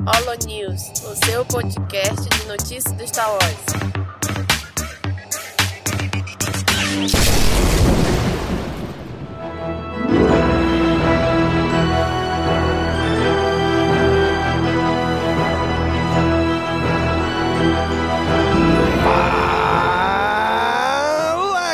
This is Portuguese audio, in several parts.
Holo News, o seu podcast de notícias do Star Wars. Fala,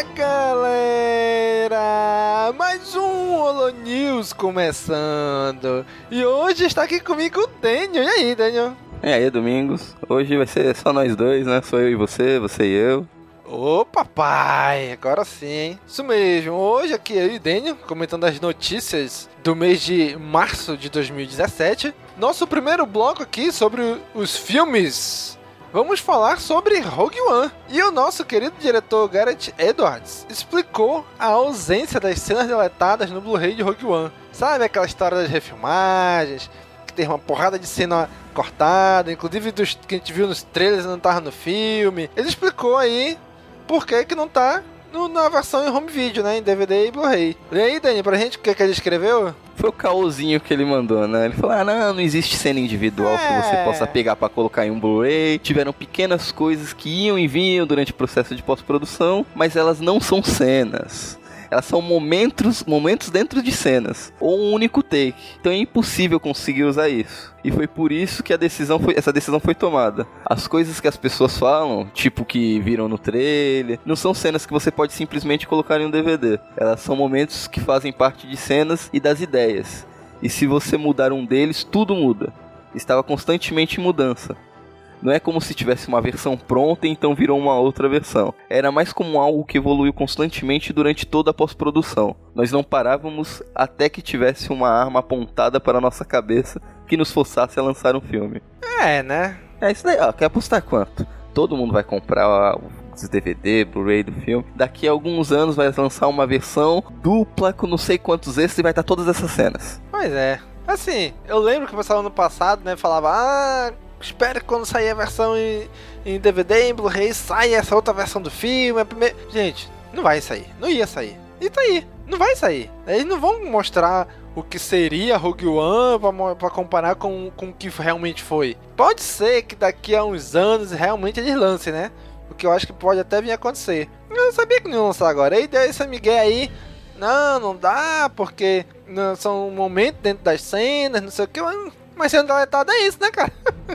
galera! Mais um Holo News começando. E hoje está aqui comigo o Daniel. E aí, Daniel? E aí, Domingos? Hoje vai ser só nós dois, né? Sou eu e você e eu. Ô, papai! Agora sim, hein? Isso mesmo. Hoje aqui eu e o Daniel comentando as notícias do mês de março de 2017. Nosso primeiro bloco aqui sobre os filmes. Vamos falar sobre Rogue One. E o nosso querido diretor Gareth Edwards explicou a ausência das cenas deletadas no Blu-ray de Rogue One. Sabe aquela história das refilmagens, que tem uma porrada de cena cortada, inclusive dos que a gente viu nos trailers e não tava no filme. Ele explicou aí por que não tá na versão em home video, né? Em DVD e Blu-ray. E aí, Dani, pra gente, o que ele escreveu? Foi o caôzinho que ele mandou, né? Ele falou, não existe cena individual que você possa pegar pra colocar em um Blu-ray. Tiveram pequenas coisas que iam e vinham durante o processo de pós-produção, mas elas não são cenas. Elas são momentos dentro de cenas, ou um único take. Então é impossível conseguir usar isso. E foi por isso que essa decisão foi tomada. As coisas que as pessoas falam, tipo que viram no trailer, não são cenas que você pode simplesmente colocar em um DVD. Elas são momentos que fazem parte de cenas e das ideias. E se você mudar um deles, tudo muda. Estava constantemente em mudança. Não é como se tivesse uma versão pronta e então virou uma outra versão. Era mais como algo que evoluiu constantemente durante toda a pós-produção. Nós não parávamos até que tivesse uma arma apontada para a nossa cabeça que nos forçasse a lançar um filme. Né? É isso daí, quer apostar quanto? Todo mundo vai comprar os DVD, Blu-ray do filme. Daqui a alguns anos vai lançar uma versão dupla com não sei quantos extras e vai estar todas essas cenas. Pois é. Assim, eu lembro que o pessoal ano passado, né, falava, espero que quando sair a versão em DVD, em Blu-ray, saia essa outra versão do filme. Gente, não vai sair. Não ia sair. E tá aí. Não vai sair. Eles não vão mostrar o que seria Rogue One pra comparar com o que realmente foi. Pode ser que daqui a uns anos realmente eles lancem, né? O que eu acho que pode até vir a acontecer. Eu sabia que não ia lançar agora. Aí deu esse migué aí. Não dá, porque são momentos dentro das cenas, não sei o que. Mas sendo deletada é isso, né, cara?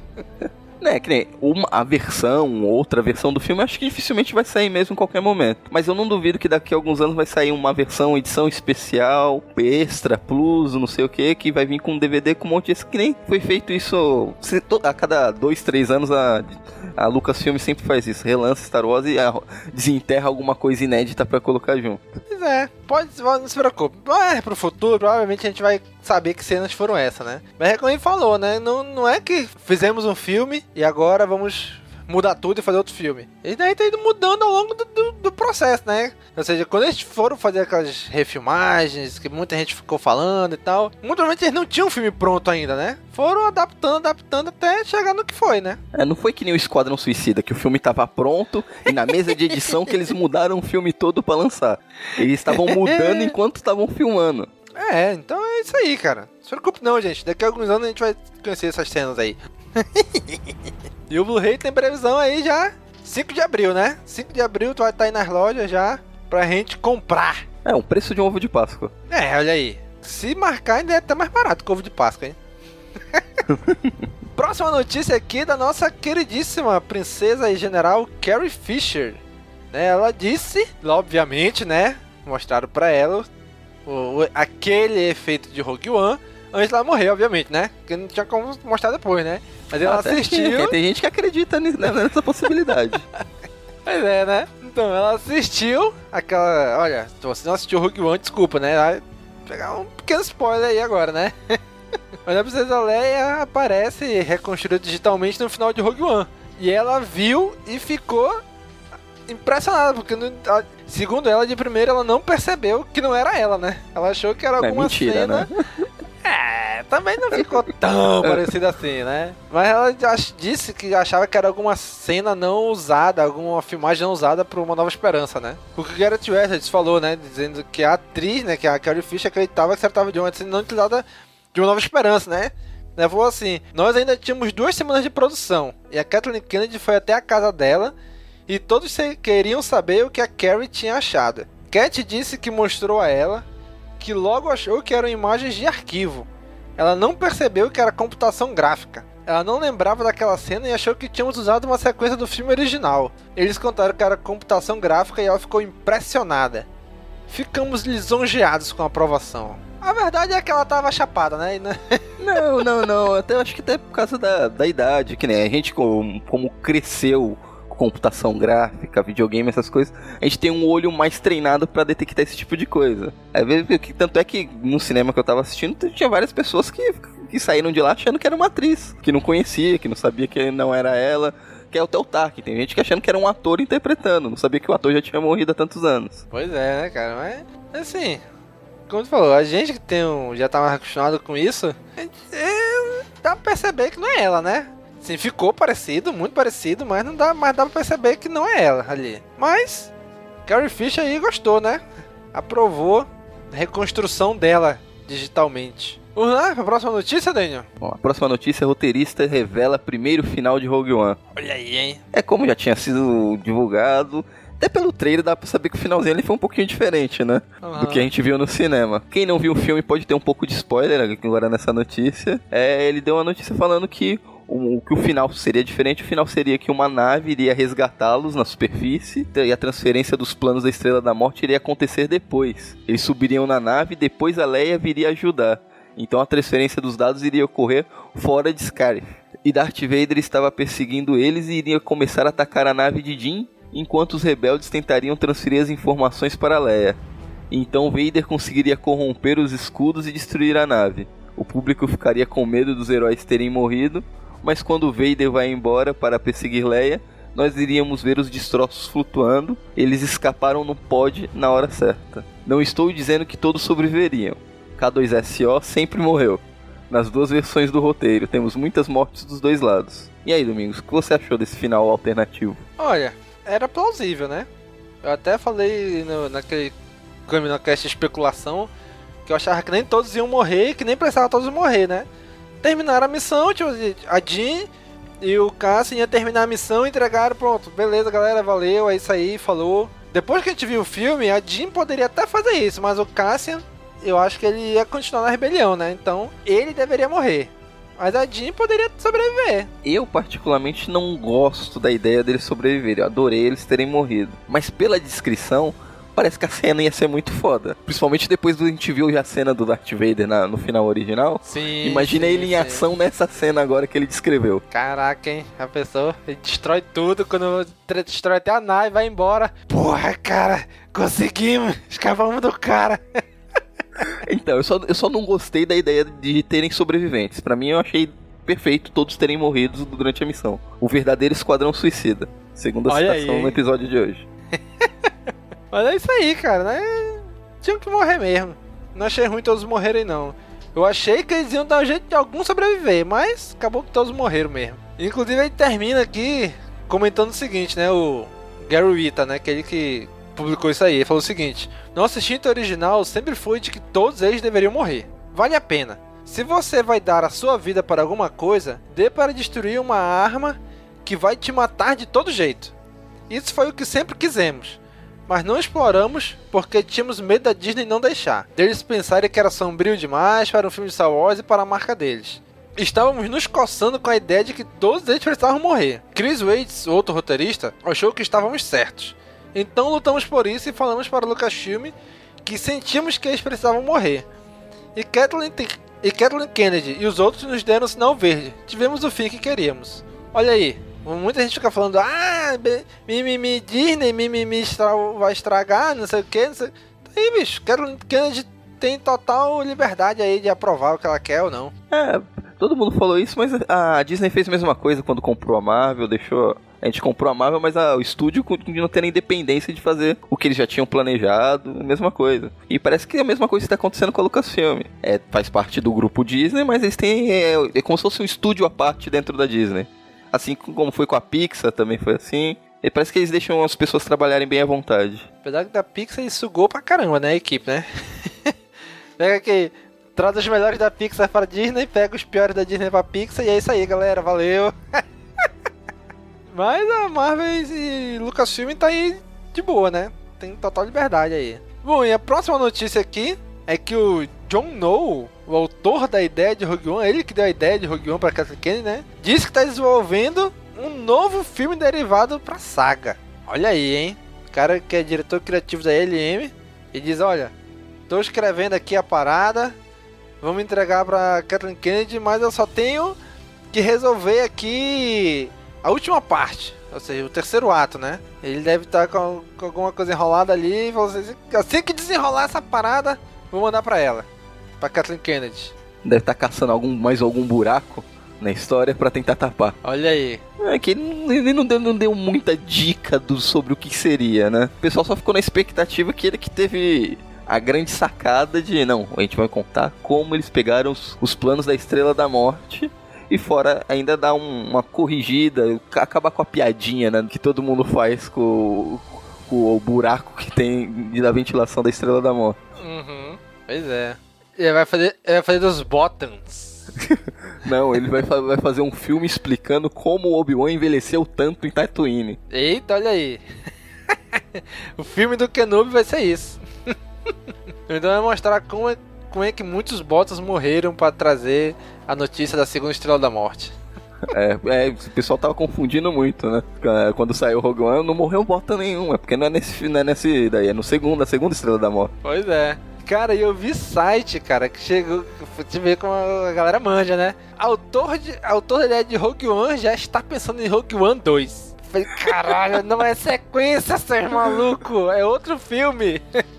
Que nem outra versão do filme, acho que dificilmente vai sair mesmo em qualquer momento. Mas eu não duvido que daqui a alguns anos vai sair uma edição especial, extra, plus, não sei o que vai vir com um DVD com um monte de... Que nem foi feito isso a cada 2, 3 anos a Lucasfilm sempre faz isso. Relança Star Wars e desenterra alguma coisa inédita pra colocar junto. Pois é, não se preocupe. Pro futuro, provavelmente a gente vai saber que cenas foram essas, né? Mas é como ele falou, né? Não é que fizemos um filme e agora vamos mudar tudo e fazer outro filme. Eles daí tá indo mudando ao longo do processo, né? Ou seja, quando eles foram fazer aquelas refilmagens que muita gente ficou falando e tal, muito provavelmente eles não tinham um filme pronto ainda, né? Foram adaptando até chegar no que foi, né? Não foi que nem o Esquadrão Suicida, que o filme tava pronto e na mesa de edição que eles mudaram o filme todo pra lançar. Eles estavam mudando enquanto estavam filmando. Então é isso aí, cara. Não se preocupe não, gente. Daqui a alguns anos a gente vai conhecer essas cenas aí. E o Blu-ray tem previsão aí já 5 de abril, né? 5 de abril tu vai estar aí nas lojas já pra gente comprar. O preço de um ovo de Páscoa. Olha aí. Se marcar ainda é até mais barato que o ovo de Páscoa, hein? Próxima notícia aqui da nossa queridíssima princesa e general Carrie Fisher. Ela disse, obviamente, né? Mostraram pra ela aquele efeito de Rogue One antes dela morrer, obviamente, né? Porque não tinha como mostrar depois, né? Mas ela assistiu. Tem gente que acredita nessa possibilidade. Pois é, né? Então, ela assistiu aquela... Olha, se você não assistiu Rogue One, desculpa, né? Vai pegar um pequeno spoiler aí agora, né? Mas a Princesa Leia aparece reconstruída digitalmente no final de Rogue One. E ela viu e ficou impressionada, porque segundo ela, de primeira, ela não percebeu que não era ela, né? Ela achou que era alguma mentira, cena... Né? Também não ficou tão parecida assim, né? Mas ela disse que achava que era alguma cena não usada, alguma filmagem não usada para Uma Nova Esperança, né? O que o Gareth Edwards falou, né? Dizendo que a atriz, né? Que a Carrie Fisher acreditava que se tratava de uma cena não utilizada de Uma Nova Esperança, né? né? Falou assim: nós ainda tínhamos 2 semanas de produção, e a Kathleen Kennedy foi até a casa dela, e todos queriam saber o que a Carrie tinha achado. Cat disse que mostrou a ela, que logo achou que eram imagens de arquivo. Ela não percebeu que era computação gráfica. Ela não lembrava daquela cena e achou que tínhamos usado uma sequência do filme original. Eles contaram que era computação gráfica e ela ficou impressionada. Ficamos lisonjeados com a aprovação. A verdade é que ela tava chapada, né? Não. Até acho que até por causa da idade, que nem a gente como cresceu com computação gráfica, videogame, essas coisas, a gente tem um olho mais treinado pra detectar esse tipo de coisa. Tanto é que no cinema que eu tava assistindo, tinha várias pessoas que saíram de lá achando que era uma atriz, que não conhecia, que não sabia que não era ela, que é o Theo Tark. Tem gente que achando que era um ator interpretando, não sabia que o ator já tinha morrido há tantos anos. Pois é, né, cara? Mas, assim, como tu falou, a gente que já tá mais acostumado com isso, dá pra perceber que não é ela, né? Sim, ficou parecido, muito parecido, mas dá pra perceber que não é ela ali. Mas, Carrie Fisher aí gostou, né? Aprovou a reconstrução dela digitalmente. Vamos lá pra próxima notícia, Daniel? Bom, a próxima notícia: roteirista revela primeiro final de Rogue One. Olha aí, hein? É como já tinha sido divulgado, até pelo trailer dá pra saber que o finalzinho ele foi um pouquinho diferente, né? Do que a gente viu no cinema. Quem não viu o filme pode ter um pouco de spoiler agora nessa notícia. Ele deu uma notícia falando que o final seria diferente. O final seria que uma nave iria resgatá-los na superfície e a transferência dos planos da Estrela da Morte iria acontecer depois. Eles subiriam na nave e depois a Leia viria ajudar. Então a transferência dos dados iria ocorrer fora de Scarif. E Darth Vader estava perseguindo eles e iria começar a atacar a nave de Jyn, enquanto os rebeldes tentariam transferir as informações para Leia. Então Vader conseguiria corromper os escudos e destruir a nave. O público ficaria com medo dos heróis terem morrido, mas quando Vader vai embora para perseguir Leia, nós iríamos ver os destroços flutuando. Eles escaparam no pod na hora certa. Não estou dizendo que todos sobreviveriam. K2SO sempre morreu. Nas 2 versões do roteiro, temos muitas mortes dos 2 lados. E aí, Domingos, o que você achou desse final alternativo? Olha, era plausível, né? Eu até falei naquele CaminoCast de especulação que eu achava que nem todos iam morrer e que nem precisava todos morrer, né? Terminaram a missão, tipo, a Jyn e o Cassian ia terminar a missão e entregaram, pronto, beleza galera, valeu, é isso aí, falou. Depois que a gente viu o filme, a Jyn poderia até fazer isso, mas o Cassian, eu acho que ele ia continuar na rebelião, né? Então, ele deveria morrer. Mas a Jyn poderia sobreviver. Eu, particularmente, não gosto da ideia deles sobreviverem. Eu adorei eles terem morrido. Mas pela descrição, parece que a cena ia ser muito foda. Principalmente depois do a gente viu já a cena do Darth Vader no final original. Sim. Imagina ele em ação nessa cena agora que ele descreveu. Caraca, hein? A pessoa destrói tudo, quando destrói até a nave, vai embora. Porra, cara, conseguimos. Escapamos do cara. Então, eu só não gostei da ideia de terem sobreviventes. Pra mim, eu achei perfeito todos terem morrido durante a missão. O verdadeiro esquadrão suicida. Segundo a citação no episódio de hoje. Mas é isso aí, cara, né? Tinha que morrer mesmo. Não achei ruim todos morrerem, não. Eu achei que eles iam dar um jeito de algum sobreviver, mas acabou que todos morreram mesmo. Inclusive, ele termina aqui comentando o seguinte, né? O Gary Whitta, né? Aquele que publicou isso aí. Ele falou o seguinte: nosso instinto original sempre foi de que todos eles deveriam morrer. Vale a pena. Se você vai dar a sua vida para alguma coisa, dê para destruir uma arma que vai te matar de todo jeito. Isso foi o que sempre quisemos. Mas não exploramos porque tínhamos medo da Disney não deixar. Deles pensarem que era sombrio demais para um filme de Star Wars e para a marca deles. Estávamos nos coçando com a ideia de que todos eles precisavam morrer. Chris Weitz, outro roteirista, achou que estávamos certos. Então lutamos por isso e falamos para Lucasfilm que sentimos que eles precisavam morrer. E Kathleen Kennedy e os outros nos deram o sinal verde. Tivemos o fim que queríamos. Olha aí. Muita gente fica falando, Disney, vai estragar, não sei o que, não sei. Aí, bicho, Kathleen Kennedy tem total liberdade aí de aprovar o que ela quer ou não. Todo mundo falou isso, mas a Disney fez a mesma coisa quando comprou a Marvel, a gente comprou a Marvel, mas o estúdio continua tendo a independência de fazer o que eles já tinham planejado, a mesma coisa. E parece que a mesma coisa está acontecendo com a Lucasfilm. Faz parte do grupo Disney, mas eles têm, é como se fosse um estúdio à parte dentro da Disney. Assim como foi com a Pixar, também foi assim. E parece que eles deixam as pessoas trabalharem bem à vontade. Apesar que da Pixar ele sugou pra caramba, né, a equipe, né? Pega que Traz os melhores da Pixar pra Disney, pega os piores da Disney pra Pixar, e é isso aí, galera, valeu. Mas a Marvel e Lucasfilm tá aí de boa, né? Tem total liberdade aí. Bom, e a próxima notícia aqui é que o Jon Snow, o autor da ideia de Rogue One, ele que deu a ideia de Rogue One pra Kathleen Kennedy, né? Disse que tá desenvolvendo um novo filme derivado pra saga. Olha aí, hein? O cara que é diretor criativo da LM, e diz, olha, tô escrevendo aqui a parada, vamos entregar pra Kathleen Kennedy, mas eu só tenho que resolver aqui a última parte, ou seja, o terceiro ato, né? Ele deve estar com alguma coisa enrolada ali, e falou assim que desenrolar essa parada, vou mandar pra ela, pra Kathleen Kennedy. Deve estar caçando mais algum buraco na história pra tentar tapar. Olha aí. É que ele não deu muita dica sobre o que seria, né? O pessoal só ficou na expectativa que ele que teve a grande sacada de, não, a gente vai contar como eles pegaram os planos da Estrela da Morte. E fora, ainda dar uma corrigida, acabar com a piadinha, né, que todo mundo faz com o buraco que tem da ventilação da Estrela da Morte. Uhum, pois é. Ele vai fazer dos Bottoms. Não, ele vai fazer um filme explicando como o Obi-Wan envelheceu tanto em Tatooine. Eita, olha aí. O filme do Kenobi vai ser isso. Então vai mostrar como é que muitos Bottoms morreram pra trazer a notícia da segunda Estrela da Morte. O pessoal tava confundindo muito, né? Quando saiu o Rogue One, não morreu Bottom nenhum. É porque não é nesse daí, é na segunda Estrela da Morte. Pois é. Cara, eu vi site, cara, que chegou. Te ver como a galera manja, né? Autor da ideia de Rogue One já está pensando em Rogue One 2. Falei, caralho, não é sequência, seus maluco, é outro filme.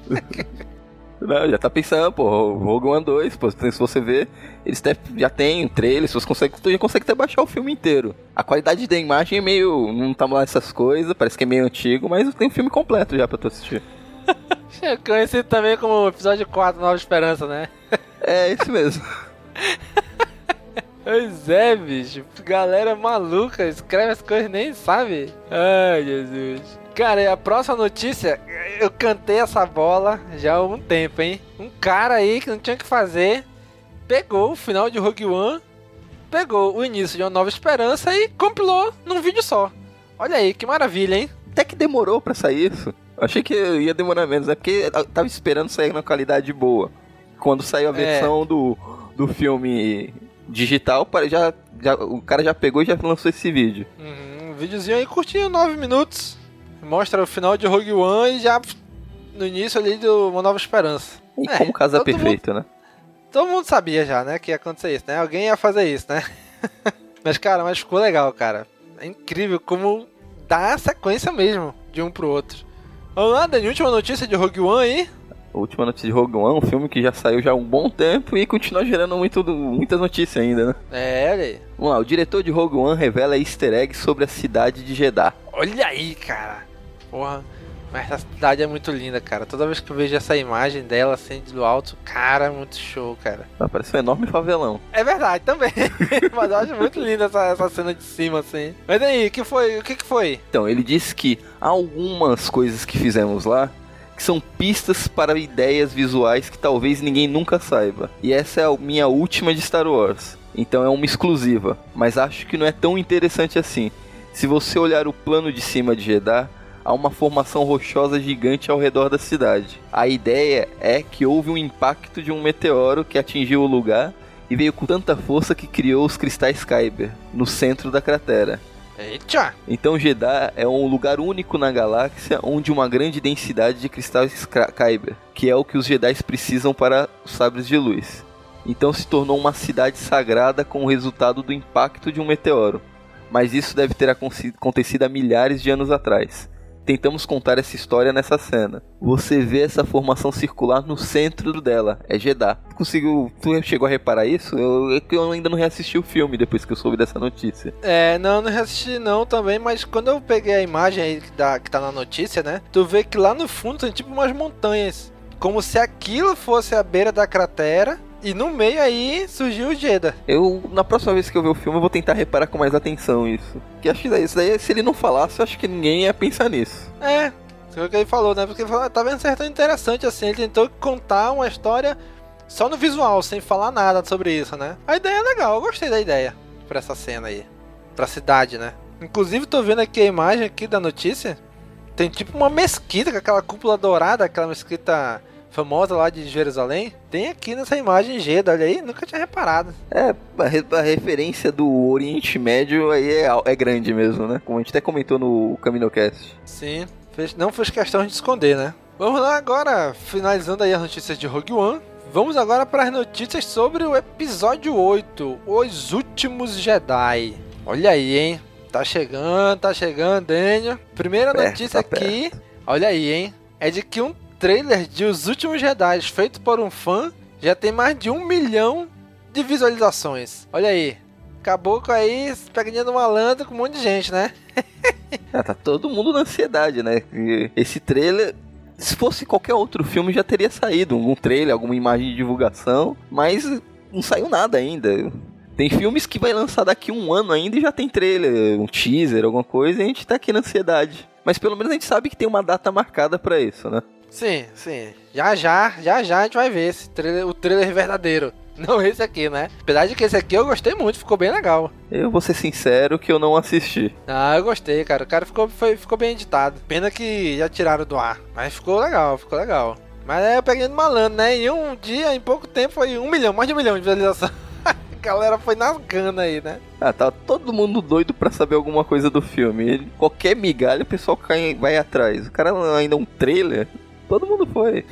Não, já tá pensando, pô, Rogue One 2, pô, se você ver, eles já tem trailer, você já consegue até baixar o filme inteiro. A qualidade da imagem é meio, não tá lá essas coisas, parece que é meio antigo, mas tem um filme completo já pra tu assistir. Conhecido também como episódio 4, Nova Esperança, né? É, isso mesmo. Pois é, bicho, galera maluca, escreve as coisas e nem sabe. Ai, Jesus. Cara, e a próxima notícia, eu cantei essa bola já há algum tempo, hein? Um cara aí que não tinha o que fazer, pegou o final de Rogue One, pegou o início de Uma Nova Esperança e compilou num vídeo só. Olha aí, que maravilha, hein? Até que demorou pra sair isso. Achei que ia demorar menos, né? Porque eu tava esperando sair na qualidade boa. Quando saiu a versão do filme digital, o cara já pegou e já lançou esse vídeo. Um videozinho aí curtinho, 9 minutos. Mostra o final de Rogue One e já no início ali de Uma Nova Esperança. E como casa perfeito, né? Todo mundo sabia já, né, que ia acontecer isso, né? Alguém ia fazer isso, né? Mas ficou legal, cara. É incrível como dá a sequência mesmo de um pro outro. Vamos lá, Dani, última notícia de Rogue One aí? A última notícia de Rogue One, um filme que já saiu já há um bom tempo e continua gerando muitas notícias ainda, né? Olha aí. Vamos lá, o diretor de Rogue One revela easter egg sobre a cidade de Jeddah. Olha aí, cara. Porra, mas essa cidade é muito linda, cara. Toda vez que eu vejo essa imagem dela assim do alto, cara, muito show, cara. Parece um enorme favelão. É verdade, também. Mas eu acho muito linda essa cena de cima, assim. Mas aí, o que foi? Então, ele disse que há algumas coisas que fizemos lá que são pistas para ideias visuais que talvez ninguém nunca saiba. E essa é a minha última de Star Wars. Então é uma exclusiva. Mas acho que não é tão interessante assim. Se você olhar o plano de cima de Jeddah, há uma formação rochosa gigante ao redor da cidade. A ideia é que houve um impacto de um meteoro que atingiu o lugar e veio com tanta força que criou os cristais Kyber no centro da cratera. Eita! Então Jeddah é um lugar único na galáxia onde uma grande densidade de cristais Kyber, que é o que os Jedi precisam para os sabres de luz. Então se tornou uma cidade sagrada com o resultado do impacto de um meteoro. Mas isso deve ter acontecido há milhares de anos atrás. Tentamos contar essa história nessa cena. Você vê essa formação circular no centro dela, é Jeddah. Tu chegou a reparar isso? Eu ainda não reassisti o filme depois que eu soube dessa notícia. Não reassisti não também, mas quando eu peguei a imagem aí que tá na notícia, né? Tu vê que lá no fundo tem tipo umas montanhas. Como se aquilo fosse a beira da cratera. E no meio aí surgiu o Jeddah. Na próxima vez que eu ver o filme, eu vou tentar reparar com mais atenção isso. Que acho que isso daí, se ele não falasse, eu acho que ninguém ia pensar nisso. Foi o que ele falou, né? Porque ele falou, tá vendo certo interessante assim. Ele tentou contar uma história só no visual, sem falar nada sobre isso, né? A ideia é legal, eu gostei da ideia pra essa cena aí, pra cidade, né? Inclusive, tô vendo aqui a imagem aqui da notícia, tem tipo uma mesquita com aquela cúpula dourada, aquela mesquita famosa lá de Jerusalém. Tem aqui nessa imagem Jeddah, olha aí, nunca tinha reparado. A referência do Oriente Médio aí é grande mesmo, né? Como a gente até comentou no CaminoCast. Sim, não fez questão de esconder, né? Vamos lá agora, finalizando aí as notícias de Rogue One. Vamos agora para as notícias sobre o episódio 8, Os Últimos Jedi. Olha aí, hein? Tá chegando, Daniel. Primeira notícia aqui, olha aí, hein? É de que um trailer de Os Últimos Jedi feito por um fã já tem mais de 1 milhão de visualizações. Olha aí. Caboclo aí, pegadinha do malandro com um monte de gente, né? Tá todo mundo na ansiedade, né? Esse trailer, se fosse qualquer outro filme, já teria saído um trailer, alguma imagem de divulgação, mas não saiu nada ainda. Tem filmes que vai lançar daqui a 1 ano ainda e já tem trailer, um teaser, alguma coisa, e a gente tá aqui na ansiedade. Mas pelo menos a gente sabe que tem uma data marcada pra isso, né? Sim. Já a gente vai ver esse trailer, o trailer verdadeiro. Não esse aqui, né? Apesar de que esse aqui eu gostei muito, ficou bem legal. Eu vou ser sincero que eu não assisti. Ah, eu gostei, cara. O cara ficou bem editado. Pena que já tiraram do ar. Mas ficou legal. Mas eu peguei no malandro, né? Em um dia, em pouco tempo, foi 1 milhão, mais de 1 milhão de visualizações. A galera foi nas ganas aí, né? Tá todo mundo doido pra saber alguma coisa do filme. Qualquer migalha, o pessoal vai atrás. O cara ainda um trailer, todo mundo foi.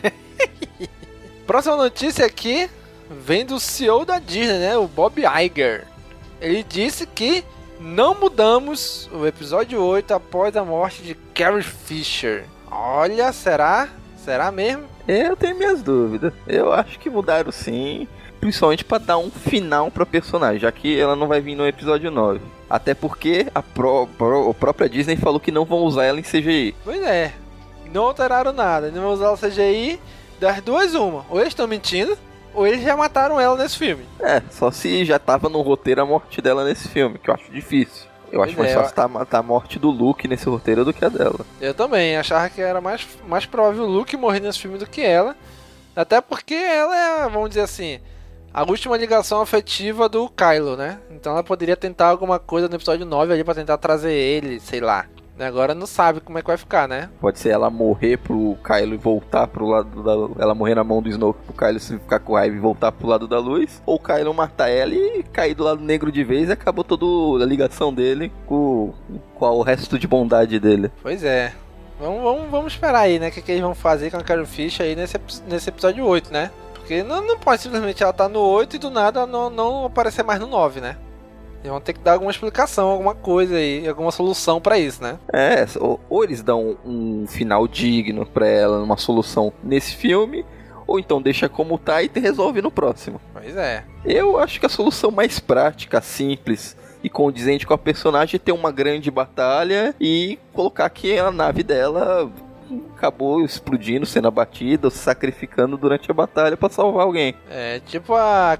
Próxima notícia aqui vem do CEO da Disney, né? O Bob Iger. Ele disse que não mudamos o episódio 8 após a morte de Carrie Fisher. Olha, será? Será mesmo? Eu tenho minhas dúvidas. Eu acho que mudaram sim. Principalmente pra dar um final pra personagem, já que ela não vai vir no episódio 9. Até porque a própria Disney falou que não vão usar ela em CGI. Pois é. Não alteraram nada. Não vão usar o CGI. Das duas, uma. Ou eles estão mentindo, ou eles já mataram ela nesse filme. Só se já tava no roteiro a morte dela nesse filme, que eu acho difícil. Eu acho mais fácil tá a morte do Luke nesse roteiro do que a dela. Eu também. Achava que era mais provável o Luke morrer nesse filme do que ela. Até porque ela é, vamos dizer assim, a última ligação afetiva do Kylo, né? Então ela poderia tentar alguma coisa no episódio 9 ali pra tentar trazer ele, sei lá. Agora não sabe como é que vai ficar, né? Pode ser ela morrer pro Kylo e voltar pro lado da... Ela morrer na mão do Snoke pro Kylo se ficar com raiva e voltar pro lado da luz. Ou o Kylo matar ela e cair do lado negro de vez e acabou toda a ligação dele com o resto de bondade dele. Pois é. Vamos esperar aí, né? O que eles vão fazer com a Carrie Fisher aí nesse episódio 8, né? Porque não pode simplesmente ela tá no 8 e do nada não aparecer mais no 9, né? Eles vão ter que dar alguma explicação, alguma coisa aí, alguma solução pra isso, né? Ou eles dão um final digno pra ela, uma solução nesse filme, ou então deixa como tá e resolve no próximo. Pois é. Eu acho que a solução mais prática, simples e condizente com a personagem é ter uma grande batalha e colocar que a nave dela acabou explodindo, sendo abatida, se sacrificando durante a batalha pra salvar alguém. Tipo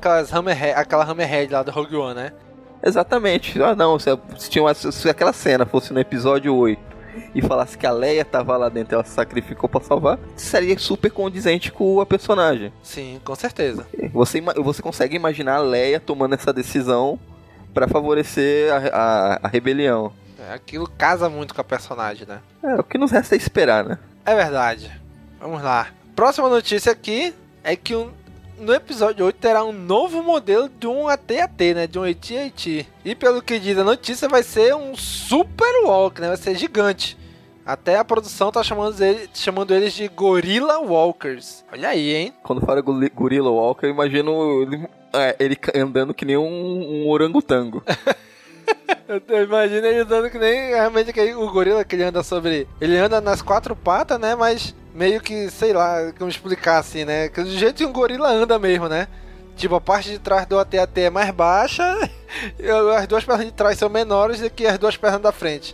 aquela Hammerhead lá do Rogue One, né? Exatamente. Se aquela cena fosse no episódio 8 e falasse que a Leia tava lá dentro e ela se sacrificou pra salvar, seria super condizente com a personagem. Sim, com certeza. Você consegue imaginar a Leia tomando essa decisão pra favorecer a rebelião. Aquilo casa muito com a personagem, né? O que nos resta é esperar, né? É verdade. Vamos lá. Próxima notícia aqui é que no episódio 8 terá um novo modelo de um AT-AT, né? De um AT-AT. E pelo que diz a notícia, vai ser um Super Walk, né? Vai ser gigante. Até a produção tá chamando eles de Gorilla Walkers. Olha aí, hein? Quando fala Gorilla Walker, eu imagino ele andando que nem um orangotango. Eu imagino ele andando que nem realmente o gorila que ele anda sobre... Ele anda nas 4 patas, né? Mas meio que, sei lá, como explicar assim, né? Do jeito que um gorila anda mesmo, né? Tipo, a parte de trás do AT-AT é mais baixa e as duas pernas de trás são menores do que as duas pernas da frente.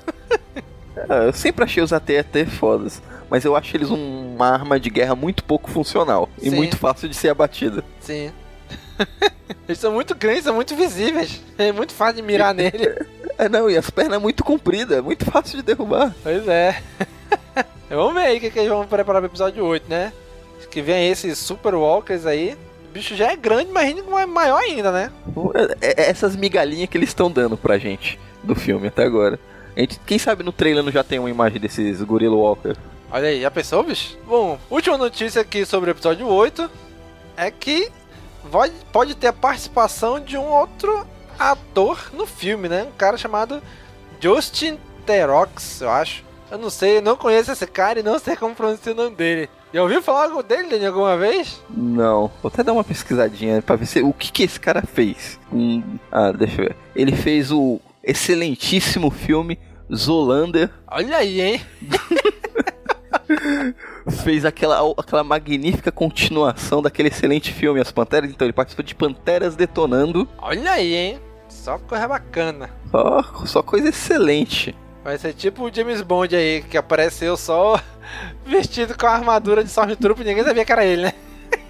Eu sempre achei os AT-AT fodas, mas eu acho eles uma arma de guerra muito pouco funcional. Sim. E muito fácil de ser abatida. Sim. Eles são muito grandes, são muito visíveis. É muito fácil de mirar nele. E as pernas muito compridas, é muito fácil de derrubar. Pois é. Vamos ver aí o que eles vão preparar pro episódio 8, né? Que vem esses Super Walkers aí. bicho já é grande, mas é maior ainda, né? Essas migalhinhas que eles estão dando pra gente do filme até agora. Quem sabe no trailer não já tem uma imagem desses Gorilla Walker. Olha aí, já pensou, bicho? Bom, última notícia aqui sobre o episódio 8 é que pode ter a participação de um outro ator no filme, né? Um cara chamado Justin Theroux, eu acho. Eu não sei, eu não conheço esse cara e não sei como pronunciar o nome dele. Já ouviu falar dele, Dani, alguma vez? Não, vou até dar uma pesquisadinha pra ver o que esse cara fez. Deixa eu ver. Ele fez o excelentíssimo filme Zoolander. Olha aí, hein? Fez aquela magnífica continuação daquele excelente filme As Panteras. Então ele participou de Panteras Detonando. Olha aí, hein? Só coisa bacana. Só coisa excelente. Vai ser tipo o James Bond aí, que apareceu só vestido com a armadura de Stormtrooper e ninguém sabia que era ele, né?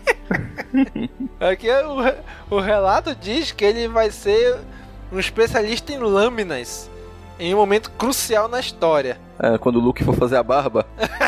Aqui o relato diz que ele vai ser um especialista em lâminas em um momento crucial na história. Quando o Luke for fazer a barba.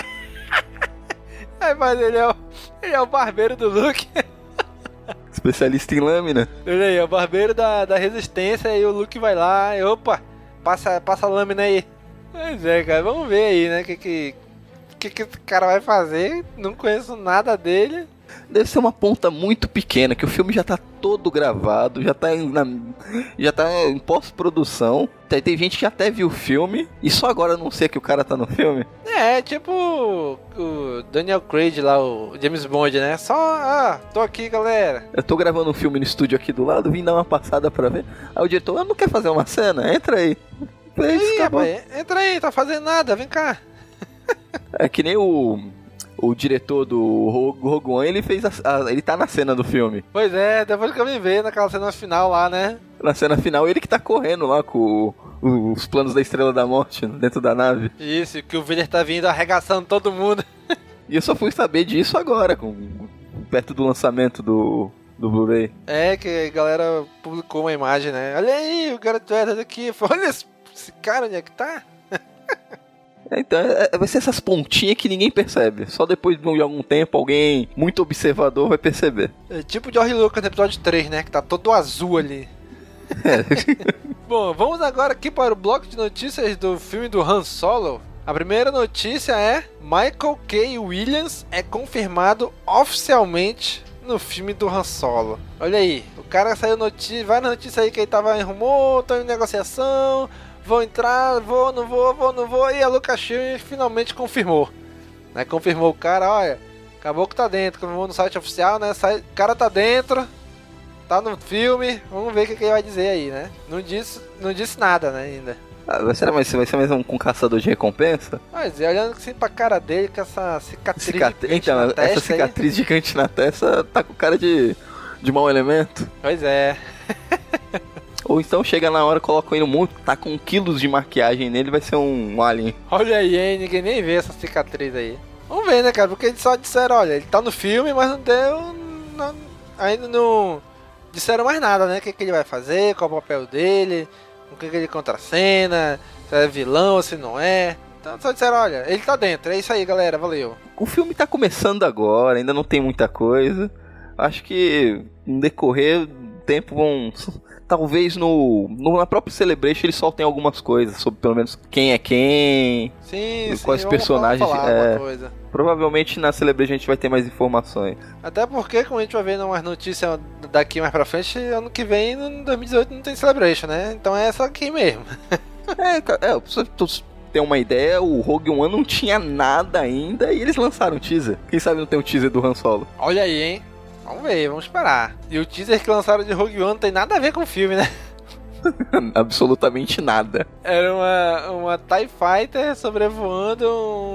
Mas ele é o barbeiro do Luke. Especialista em lâmina. Olha aí, é o barbeiro da resistência e o Luke vai lá e opa, passa a lâmina aí. Pois é, cara, vamos ver aí, né, o que esse cara vai fazer. Não conheço nada dele. Deve ser uma ponta muito pequena, que o filme já tá todo gravado, já tá em pós-produção. Tem gente que até viu o filme e só agora anuncia que o cara tá no filme. Tipo o Daniel Craig lá, o James Bond, né? Só, tô aqui, galera. Eu tô gravando um filme no estúdio aqui do lado, vim dar uma passada pra ver. Aí o diretor, não quer fazer uma cena? Entra aí. Entra aí, tá fazendo nada, vem cá. É que nem o diretor do Rogue One, ele fez ele tá na cena do filme. Pois é, depois que eu me vejo naquela cena final lá, né? Na cena final, ele que tá correndo lá com os planos da Estrela da Morte dentro da nave. Isso, que o Vader tá vindo arregaçando todo mundo. E eu só fui saber disso agora, perto do lançamento do Blu-ray. Que a galera publicou uma imagem, né? Olha aí, o Gareth Edwards aqui. Olha esse cara, onde é que tá? Então, vai ser essas pontinhas que ninguém percebe. Só depois de algum tempo, alguém muito observador vai perceber. É tipo o George Lucas no episódio 3, né? Que tá todo azul ali. Bom, vamos agora aqui para o bloco de notícias do filme do Han Solo. A primeira notícia é: Michael K. Williams é confirmado oficialmente no filme do Han Solo. Olha aí, o cara saiu várias notícias aí que ele tava em rumor, tá em negociação, vou entrar, vou, não vou, e a Lucasfilm finalmente confirmou. Né? Confirmou o cara, olha, acabou que tá dentro, confirmou no site oficial, né? O cara tá dentro, tá no filme, vamos ver o que ele vai dizer aí, né? Não disse nada, né, ainda. Vai ser mais um caçador de recompensa? Mas olhando assim pra cara dele, com essa cicatriz gigante então, na essa testa cicatriz gigante na testa tá com cara de mau elemento. Pois é. Ou então chega na hora, coloca ele no mundo, tá com quilos de maquiagem nele, vai ser um alien. Olha aí, hein, ninguém nem vê essa cicatriz aí. Vamos ver, né, cara, porque eles só disseram, olha, ele tá no filme, mas ainda não disseram mais nada, né, o que ele vai fazer, qual é o papel dele, com que ele contracena, se é vilão ou se não é. Então só disseram, olha, ele tá dentro, é isso aí, galera, valeu. O filme tá começando agora, ainda não tem muita coisa. Acho que no decorrer do tempo talvez na própria Celebration eles soltem algumas coisas sobre pelo menos quem é quem, sim, quais personagens. Coisa. Provavelmente na Celebration a gente vai ter mais informações. Até porque, como a gente vai ver umas notícias daqui mais pra frente, ano que vem, em 2018, não tem Celebration, né? Então é essa aqui mesmo. Pra você ter uma ideia, o Rogue One não tinha nada ainda e eles lançaram um teaser. Quem sabe não tem um teaser do Han Solo? Olha aí, hein? Vamos ver, vamos esperar. E o teaser que lançaram de Rogue One não tem nada a ver com o filme, né? Absolutamente nada. Era uma TIE Fighter sobrevoando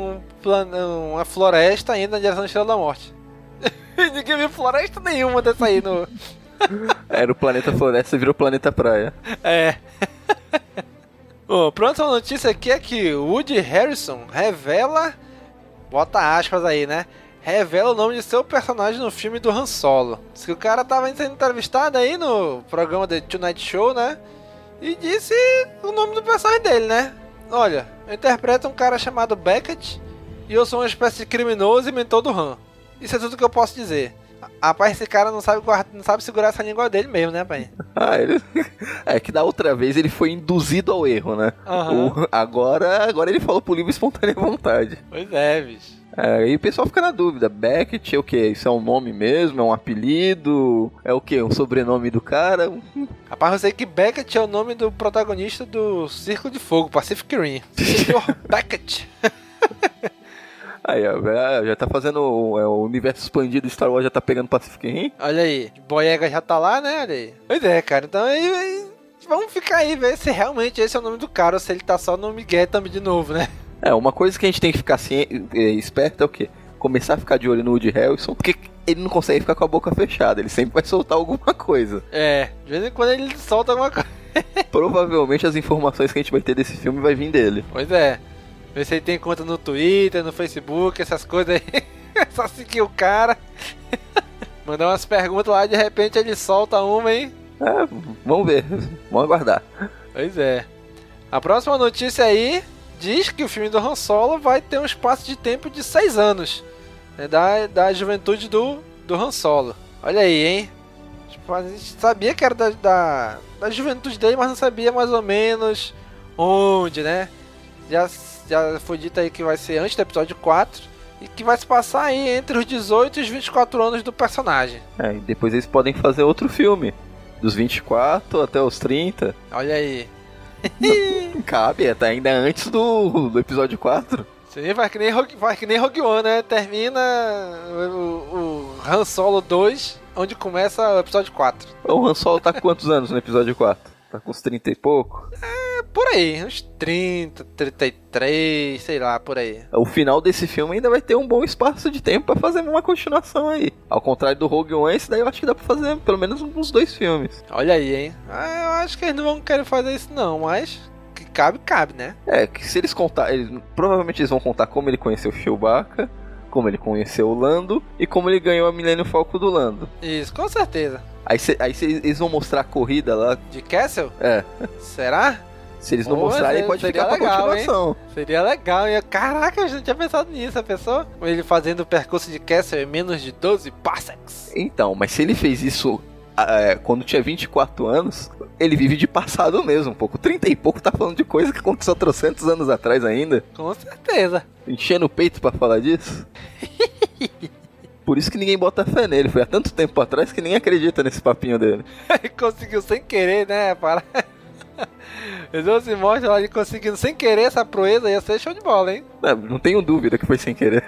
uma floresta indo na direção da Estrela da Morte. Ninguém viu floresta nenhuma dessa aí no... Era o planeta floresta e virou planeta praia. Bom, próxima notícia aqui é que Woody Harrelson revela... Bota aspas aí, né? Revela o nome de seu personagem no filme do Han Solo. Diz que o cara tava sendo entrevistado aí no programa The Tonight Show, né? E disse o nome do personagem dele, né? Olha, eu interpreto um cara chamado Beckett e eu sou uma espécie de criminoso e mentor do Han. Isso é tudo que eu posso dizer. Rapaz, esse cara não sabe segurar essa língua dele mesmo, né, pai? Ele... É que da outra vez ele foi induzido ao erro, né? Agora ele falou por livre e espontânea vontade. Pois é, bicho. E o pessoal fica na dúvida, Beckett é o quê? Isso é um nome mesmo? É um apelido? É o quê? Um sobrenome do cara? Rapaz, eu sei que Beckett é o nome do protagonista do Círculo de Fogo, Pacific Rim. Sr. Beckett. Aí, ó, já tá fazendo o universo expandido, Star Wars já tá pegando Pacific Rim. Olha aí, Boyega já tá lá, né? Olha aí. Pois é, cara, então aí vamos ficar aí, ver se realmente esse é o nome do cara ou se ele tá só no Miguel também de novo, né? Uma coisa que a gente tem que ficar esperto é o quê? Começar a ficar de olho no Woody Harrelson, porque ele não consegue ficar com a boca fechada, ele sempre vai soltar alguma coisa. De vez em quando ele solta alguma coisa. Provavelmente as informações que a gente vai ter desse filme vai vir dele. Pois é. Vê se ele tem conta no Twitter, no Facebook, essas coisas aí. É só seguir o cara. Mandar umas perguntas lá, de repente ele solta uma, hein? Vamos ver. Vamos aguardar. Pois é. A próxima notícia aí diz que o filme do Han Solo vai ter um espaço de tempo de 6 anos. Né, da juventude do Han Solo. Olha aí, hein? Tipo, a gente sabia que era da juventude dele, mas não sabia mais ou menos onde, né? Já foi dito aí que vai ser antes do episódio 4 e que vai se passar aí entre os 18 e os 24 anos do personagem. E depois eles podem fazer outro filme, dos 24 até os 30. Olha aí. Não cabe, tá ainda antes do episódio 4. Sim, vai que nem Rogue One, né? Termina o Han Solo 2, onde começa o episódio 4. O Han Solo tá com quantos anos no episódio 4? Tá com uns 30 e pouco? Por aí, uns 30, 33, sei lá, por aí. O final desse filme ainda vai ter um bom espaço de tempo pra fazer uma continuação aí. Ao contrário do Rogue One, esse daí eu acho que dá pra fazer pelo menos uns 2 filmes. Olha aí, hein? Eu acho que eles não vão querer fazer isso não, mas que cabe, né? Que se eles contarem, provavelmente eles vão contar como ele conheceu o Chewbacca, como ele conheceu o Lando e como ele ganhou a Millennium Falcon do Lando. Isso, com certeza. Aí eles vão mostrar a corrida lá. De Castle? Será? Se eles não mostrarem, pode ficar pra continuação. Hein? Seria legal. Caraca, eu já não tinha pensado nisso. A pessoa, ele fazendo o percurso de Castle em menos de 12 parsecs. Então, mas se ele fez isso quando tinha 24 anos, ele vive de passado mesmo, um pouco. 30 e pouco tá falando de coisa que aconteceu 300 anos atrás ainda. Com certeza. Enchendo o peito pra falar disso. Por isso que ninguém bota fé nele. Foi há tanto tempo atrás que ninguém acredita nesse papinho dele. Ele conseguiu sem querer, né? Eles se mostram lá ele conseguindo sem querer essa proeza, ia ser show de bola, hein? Não tenho dúvida que foi sem querer.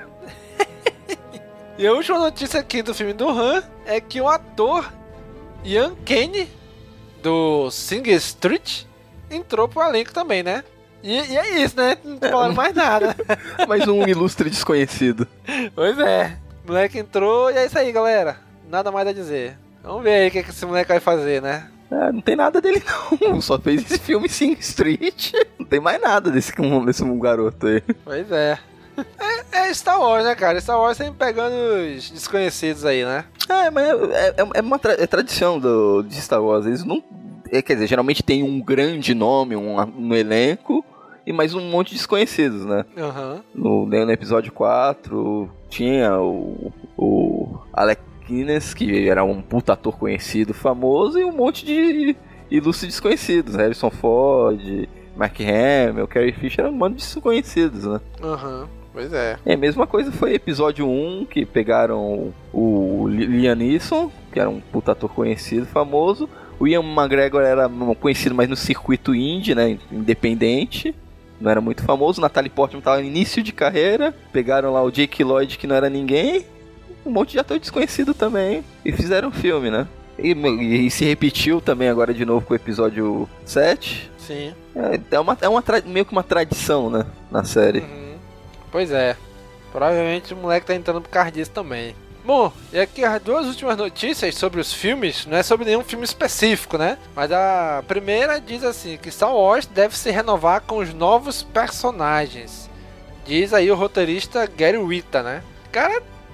E a última notícia aqui do filme do Han é que o ator Ian Kane, do Sing Street, entrou pro elenco também, né? E é isso, né? Não falaram mais nada. Mais um ilustre desconhecido. Pois é. O moleque entrou e é isso aí, galera. Nada mais a dizer. Vamos ver aí o que esse moleque vai fazer, né? Não tem nada dele não. Só fez esse filme Sing Street. Não tem mais nada desse garoto aí. Pois é. É Star Wars, né, cara? Star Wars sempre pegando os desconhecidos aí, né? Mas é tradição de Star Wars. Eles não... quer dizer, geralmente tem um grande nome no elenco e mais um monte de desconhecidos, né? No episódio 4 tinha o Alec Guinness, que era um puta ator conhecido, famoso, e um monte de ilustres desconhecidos. Harrison Ford, Mark Hamill, Carrie Fisher, eram um monte de desconhecidos, né? Pois é. A mesma coisa foi episódio 1, que pegaram o Liam Neeson, que era um puta ator conhecido, famoso. O Ian McGregor era conhecido mais no circuito indie, né? Independente. Não era muito famoso. Natalie Portman estava no início de carreira. Pegaram lá o Jake Lloyd, que não era ninguém. Um monte de ator desconhecido também. E fizeram um filme, né? E se repetiu também agora de novo com o episódio 7. Sim. Meio que uma tradição, né? Na série. Pois é. Provavelmente o moleque tá entrando por causa disso também. Bom, e aqui as 2 últimas notícias sobre os filmes, não é sobre nenhum filme específico, né? Mas a primeira diz assim, que Star Wars deve se renovar com os novos personagens. Diz aí o roteirista Gary Whitta, né? Cara,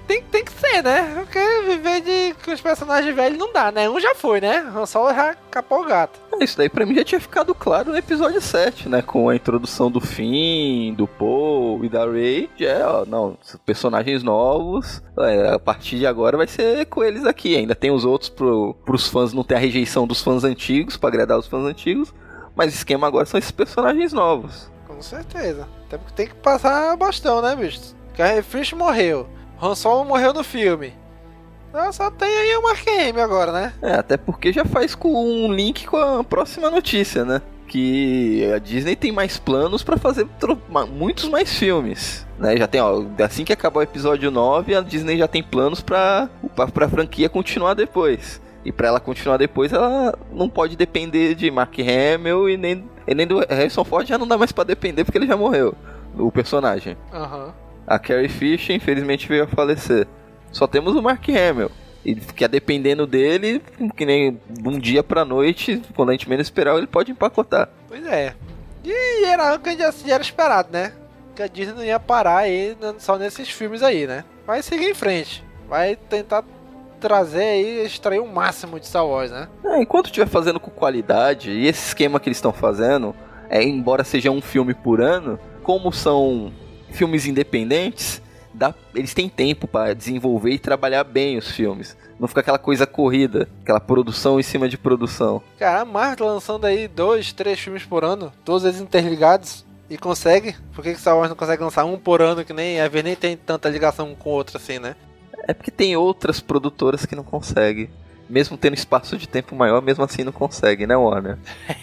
tem que ser, né? Porque viver com os personagens velhos não dá, né? Um já foi, né? O Solo já capou o gato. Isso daí pra mim já tinha ficado claro no episódio 7, né? Com a introdução do Finn, do Poe e da Rey. Personagens novos. A partir de agora vai ser com eles aqui. Ainda tem os outros pros fãs não ter a rejeição dos fãs antigos, pra agradar os fãs antigos. Mas o esquema agora são esses personagens novos. Com certeza. Até porque tem que passar bastão, né, bicho? Carrie Fisher morreu. Han Solo morreu no filme. Então só tem aí o Mark Hamill agora, né? Até porque já faz com um link com a próxima notícia, né? Que a Disney tem mais planos pra fazer muitos mais filmes, né? Já tem, assim que acabar o episódio 9, a Disney já tem planos pra franquia continuar depois. E pra ela continuar depois, ela não pode depender de Mark Hamill e nem do Harrison Ford, já não dá mais pra depender porque ele já morreu, o personagem. A Carrie Fisher, infelizmente, veio a falecer. Só temos o Mark Hamill. E ficar dependendo dele, que nem um dia pra noite, quando a gente menos esperar, ele pode empacotar. Pois é. E era o que já era esperado, né? Que a Disney não ia parar aí só nesses filmes aí, né? Vai seguir em frente. Vai tentar trazer aí, extrair o máximo de Star Wars, né? Enquanto estiver fazendo com qualidade, e esse esquema que eles estão fazendo, embora seja um filme por ano, como são filmes independentes, eles têm tempo para desenvolver e trabalhar bem os filmes. Não fica aquela coisa corrida, aquela produção em cima de produção. Cara, a Marvel tá lançando aí 2, 3 filmes por ano, todos eles interligados, e consegue? Por que Star Wars não consegue lançar um por ano, que nem a ver nem tem tanta ligação um com o outro assim, né? É porque tem outras produtoras que não conseguem. Mesmo tendo espaço de tempo maior, mesmo assim não consegue, né, Warner?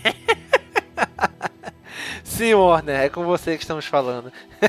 Sim, Warner, é com você que estamos falando.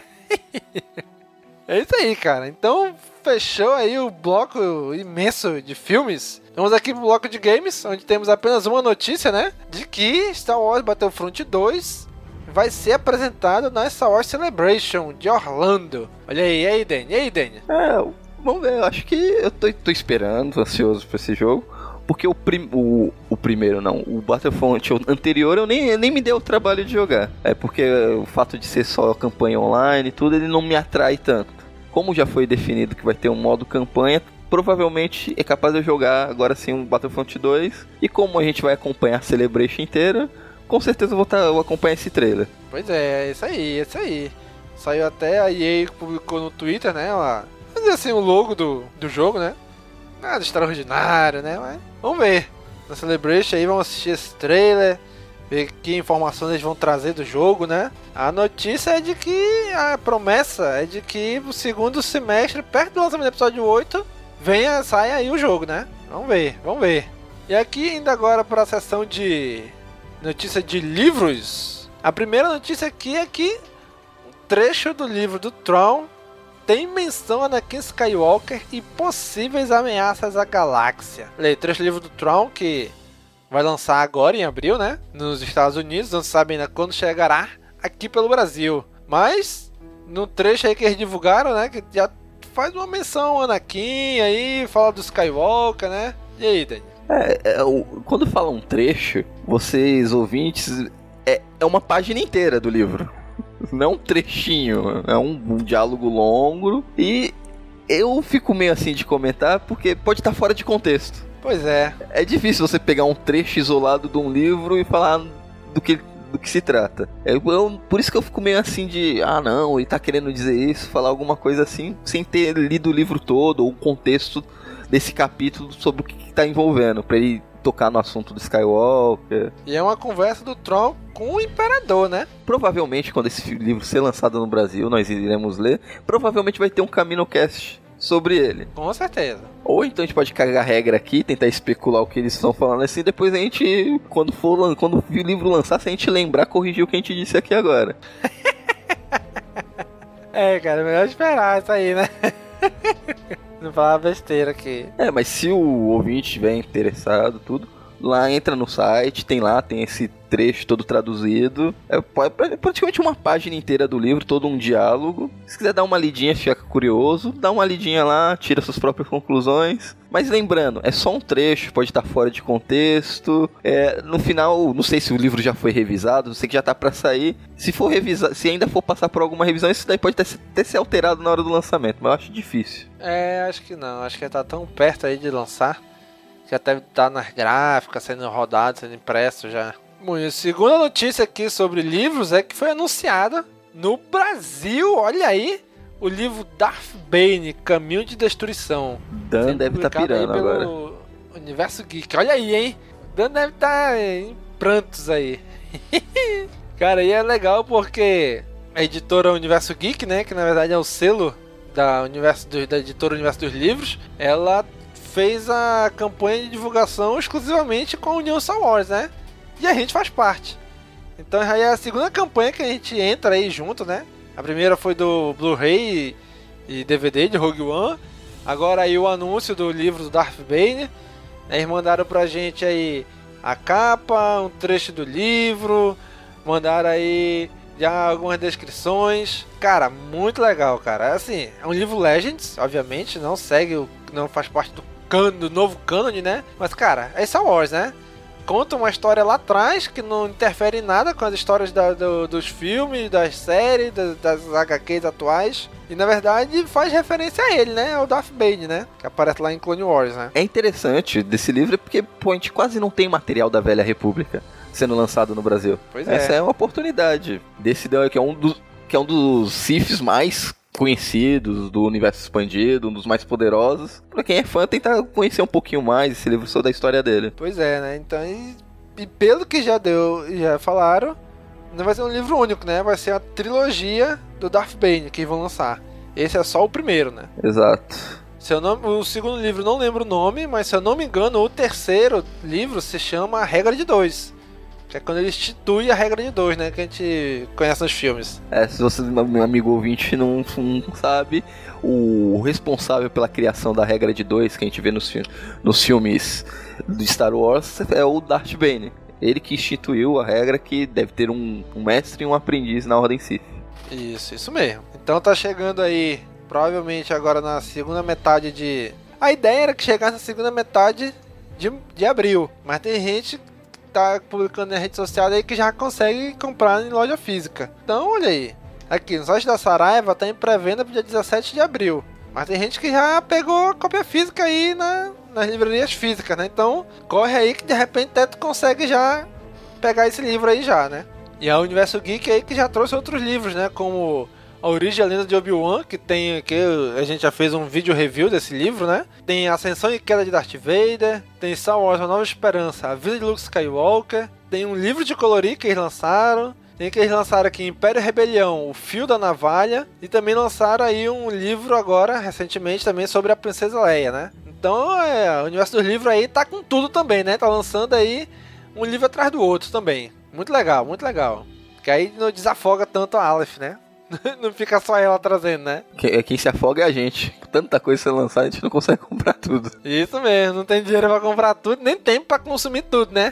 É isso aí, cara. Então, fechou aí o bloco imenso de filmes. Vamos aqui pro bloco de games, onde temos apenas uma notícia, né? De que Star Wars Battlefront 2 vai ser apresentado na Star Wars Celebration de Orlando. Olha aí, e aí, Danny? Vamos ver, eu acho que eu tô esperando, ansioso pra esse jogo. Porque o primeiro não, o Battlefront anterior eu nem me deu o trabalho de jogar. É porque o fato de ser só campanha online e tudo, ele não me atrai tanto. Como já foi definido que vai ter um modo campanha, provavelmente é capaz de eu jogar agora sim um Battlefront 2. E como a gente vai acompanhar a Celebration inteira, com certeza eu vou acompanhar esse trailer. Pois é, isso aí. Saiu até a EA publicou no Twitter, né? Fazer assim o logo do jogo, né? Nada extraordinário, né? Mas vamos ver. Na Celebration aí, vamos assistir esse trailer, ver que informações eles vão trazer do jogo, né? A notícia é de que, a promessa é de que o segundo semestre, perto do lançamento do episódio 8, saia aí o jogo, né? Vamos ver. E aqui, indo agora para a seção de notícia de livros. A primeira notícia aqui é que um trecho do livro do Tron tem menção a Anakin Skywalker e possíveis ameaças à galáxia. Olha aí, trecho do livro do Tron que vai lançar agora em abril, né? Nos Estados Unidos, não se sabe ainda quando chegará aqui pelo Brasil. Mas, no trecho aí que eles divulgaram, né? Que já faz uma menção ao Anakin aí, fala do Skywalker, né? E aí, Dani? Quando fala um trecho, vocês ouvintes, é uma página inteira do livro. Não um trechinho, é um diálogo longo. E eu fico meio assim de comentar porque pode estar fora de contexto. Pois é. É difícil você pegar um trecho isolado de um livro e falar do que se trata. Por isso que eu fico meio assim de não, ele tá querendo dizer isso, falar alguma coisa assim, sem ter lido o livro todo ou o contexto desse capítulo sobre o que tá envolvendo, pra ele tocar no assunto do Skywalker. E é uma conversa do Tron com o Imperador, né? Provavelmente, quando esse livro ser lançado no Brasil, nós iremos ler. Provavelmente vai ter um CaminoCast sobre ele. Com certeza. Ou então a gente pode cagar a regra aqui, tentar especular o que eles estão falando assim, depois a gente, quando o livro lançar, se a gente lembrar, corrigir o que a gente disse aqui agora. Cara, melhor esperar isso aí, né? Não falar besteira aqui. Mas se o ouvinte estiver interessado, tudo, lá, entra no site, tem esse trecho todo traduzido. É praticamente uma página inteira do livro, todo um diálogo. Se quiser dar uma lidinha, fica curioso, dá uma lidinha lá, tira suas próprias conclusões. Mas lembrando, é só um trecho, pode estar fora de contexto. No final, não sei se o livro já foi revisado, sei que já tá pra sair. Se for revisar, se ainda for passar por alguma revisão, isso daí pode até ser alterado na hora do lançamento, mas eu acho difícil. Acho que não, acho que tá tão perto aí de lançar, que já deve estar nas gráficas, sendo rodado, sendo impresso já. Bom, e a segunda notícia aqui sobre livros é que foi anunciada no Brasil, olha aí, o livro Darth Bane, Caminho de Destruição. Dan deve estar pirando aí pelo agora. Universo Geek, olha aí, hein? Dan deve estar em prantos aí. Cara, e é legal porque a editora Universo Geek, né, que na verdade é o selo da editora Universo dos Livros, ela fez a campanha de divulgação exclusivamente com a União Star Wars, né? E a gente faz parte. Então já é a segunda campanha que a gente entra aí junto, né? A primeira foi do Blu-ray e DVD de Rogue One. Agora aí o anúncio do livro do Darth Bane. Eles mandaram pra gente aí a capa, um trecho do livro. Mandaram aí já algumas descrições. Cara, muito legal, cara. Assim, é um livro Legends, obviamente. Não faz parte do novo cânone, né? Mas, cara, é Star Wars, né? Conta uma história lá atrás que não interfere em nada com as histórias dos filmes, das séries, das HQs atuais. E na verdade faz referência a ele, né? Ao Darth Bane, né? Que aparece lá em Clone Wars, né? É interessante desse livro porque a gente quase não tem material da Velha República sendo lançado no Brasil. Pois é. Essa é uma oportunidade. Desse que é um dos Siths mais conhecidos do universo expandido, um dos mais poderosos. Pra quem é fã, tentar conhecer um pouquinho mais esse livro só da história dele. Pois é, né? Então, e pelo que já falaram, não vai ser um livro único, né? Vai ser a trilogia do Darth Bane que vão lançar. Esse é só o primeiro, né? Exato. O segundo livro não lembro o nome, mas se eu não me engano, o terceiro livro se chama A Regra de Dois. Que é quando ele institui a regra de dois, né? Que a gente conhece nos filmes. Se você, meu amigo ouvinte, não sabe, o responsável pela criação da regra de dois que a gente vê nos filmes de Star Wars é o Darth Bane. Ele que instituiu a regra que deve ter um mestre e um aprendiz na Ordem Sith. Isso mesmo. Então tá chegando aí, provavelmente agora na segunda metade de... A ideia era que chegasse na segunda metade de abril. Mas tem gente tá publicando na rede social aí que já consegue comprar em loja física. Então, olha aí. Aqui no site da Saraiva tá em pré-venda pro dia 17 de abril. Mas tem gente que já pegou a cópia física aí nas livrarias físicas, né? Então, corre aí que de repente tu consegue já pegar esse livro aí já, né? E a Universo Geek aí que já trouxe outros livros, né? Como A Origem e a Lenda de Obi-Wan, que a gente já fez um vídeo review desse livro, né? Tem Ascensão e Queda de Darth Vader, tem Star Wars A Nova Esperança, A Vida de Luke Skywalker, tem um livro de colorir que eles lançaram, tem que eles lançaram aqui Império e Rebelião, O Fio da Navalha, e também lançaram aí um livro agora, recentemente, também sobre a Princesa Leia, né? Então, o universo dos livros aí tá com tudo também, né? Tá lançando aí um livro atrás do outro também. Muito legal, muito legal. Que aí não desafoga tanto a Aleph, né? Não fica só ela trazendo, né? Quem se afoga é a gente. Tanta coisa sendo lançada, a gente não consegue comprar tudo. Isso mesmo, não tem dinheiro pra comprar tudo, nem tempo pra consumir tudo, né?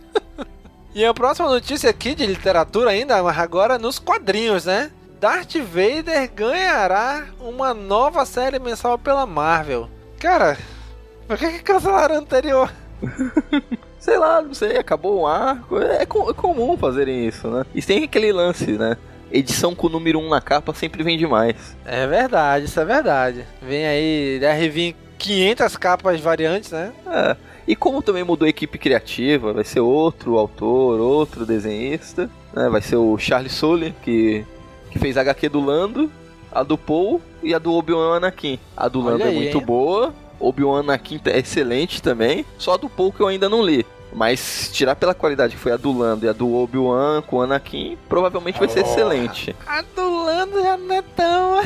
E a próxima notícia aqui de literatura ainda, mas agora nos quadrinhos, né? Darth Vader ganhará uma nova série mensal pela Marvel. Cara, por que cancelaram a anterior? Sei lá, não sei, acabou um arco. É comum fazerem isso, né? E tem aquele lance, né? Edição com o número 1 na capa sempre vende mais. É verdade, isso é verdade. Vem aí, deve vir 500 capas variantes, né? E como também mudou a equipe criativa, vai ser outro autor, outro desenhista, né? Vai ser o Charlie Soule, que fez a HQ do Lando, a do Paul e a do Obi-Wan Anakin. A do Lando é muito boa, Obi-Wan Anakin é excelente também, só a do Paul que eu ainda não li. Mas tirar pela qualidade que foi a do Lando e a do Obi-Wan com o Anakin, provavelmente vai ser excelente. A do Lando já não é tão...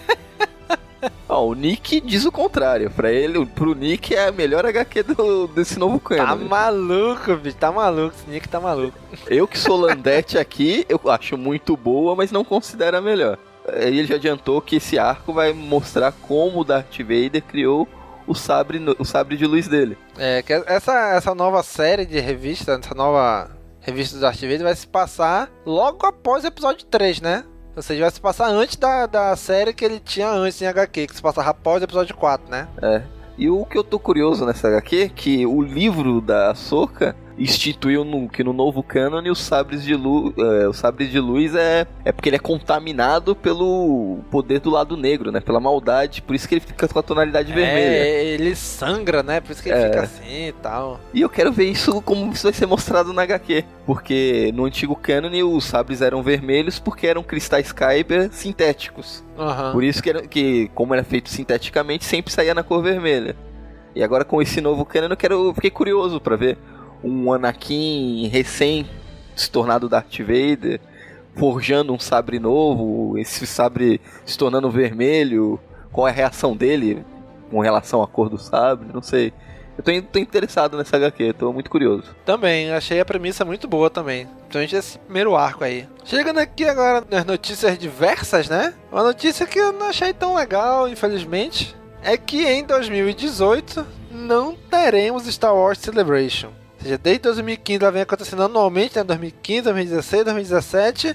O Nick diz o contrário. Pro Nick é a melhor HQ desse novo canon. Tá maluco, bicho. Tá maluco. Esse Nick tá maluco. Eu que sou Landete aqui, eu acho muito boa, mas não considero a melhor. Ele já adiantou que esse arco vai mostrar como o Darth Vader criou o sabre de luz dele. É, que essa nova série de revista, essa nova revista do Darth Vader vai se passar logo após o episódio 3, né? Ou seja, vai se passar antes da série que ele tinha antes em HQ, que se passava após o episódio 4, né? É. E o que eu tô curioso nessa HQ, que o livro da Ahsoka instituiu que no novo cânone os sabres de luz, o sabre de luz é porque ele é contaminado pelo poder do lado negro, né? Pela maldade, por isso que ele fica com a tonalidade vermelha. Ele sangra, né? Por isso que ele fica assim e tal. E eu quero ver isso como isso vai ser mostrado na HQ, porque no antigo cânone os sabres eram vermelhos porque eram cristais Kyber sintéticos. Uhum. Por isso que como era feito sinteticamente, sempre saía na cor vermelha. E agora com esse novo cânone eu fiquei curioso pra ver um Anakin recém se tornado Darth Vader, forjando um sabre novo, esse sabre se tornando vermelho, qual é a reação dele com relação à cor do sabre, não sei. Eu tô interessado nessa HQ, tô muito curioso. Também, achei a premissa muito boa também, principalmente esse primeiro arco aí. Chegando aqui agora nas notícias diversas, né? Uma notícia que eu não achei tão legal, infelizmente, é que em 2018 não teremos Star Wars Celebration. Ou seja, desde 2015 ela vem acontecendo anualmente, né? 2015, 2016, 2017.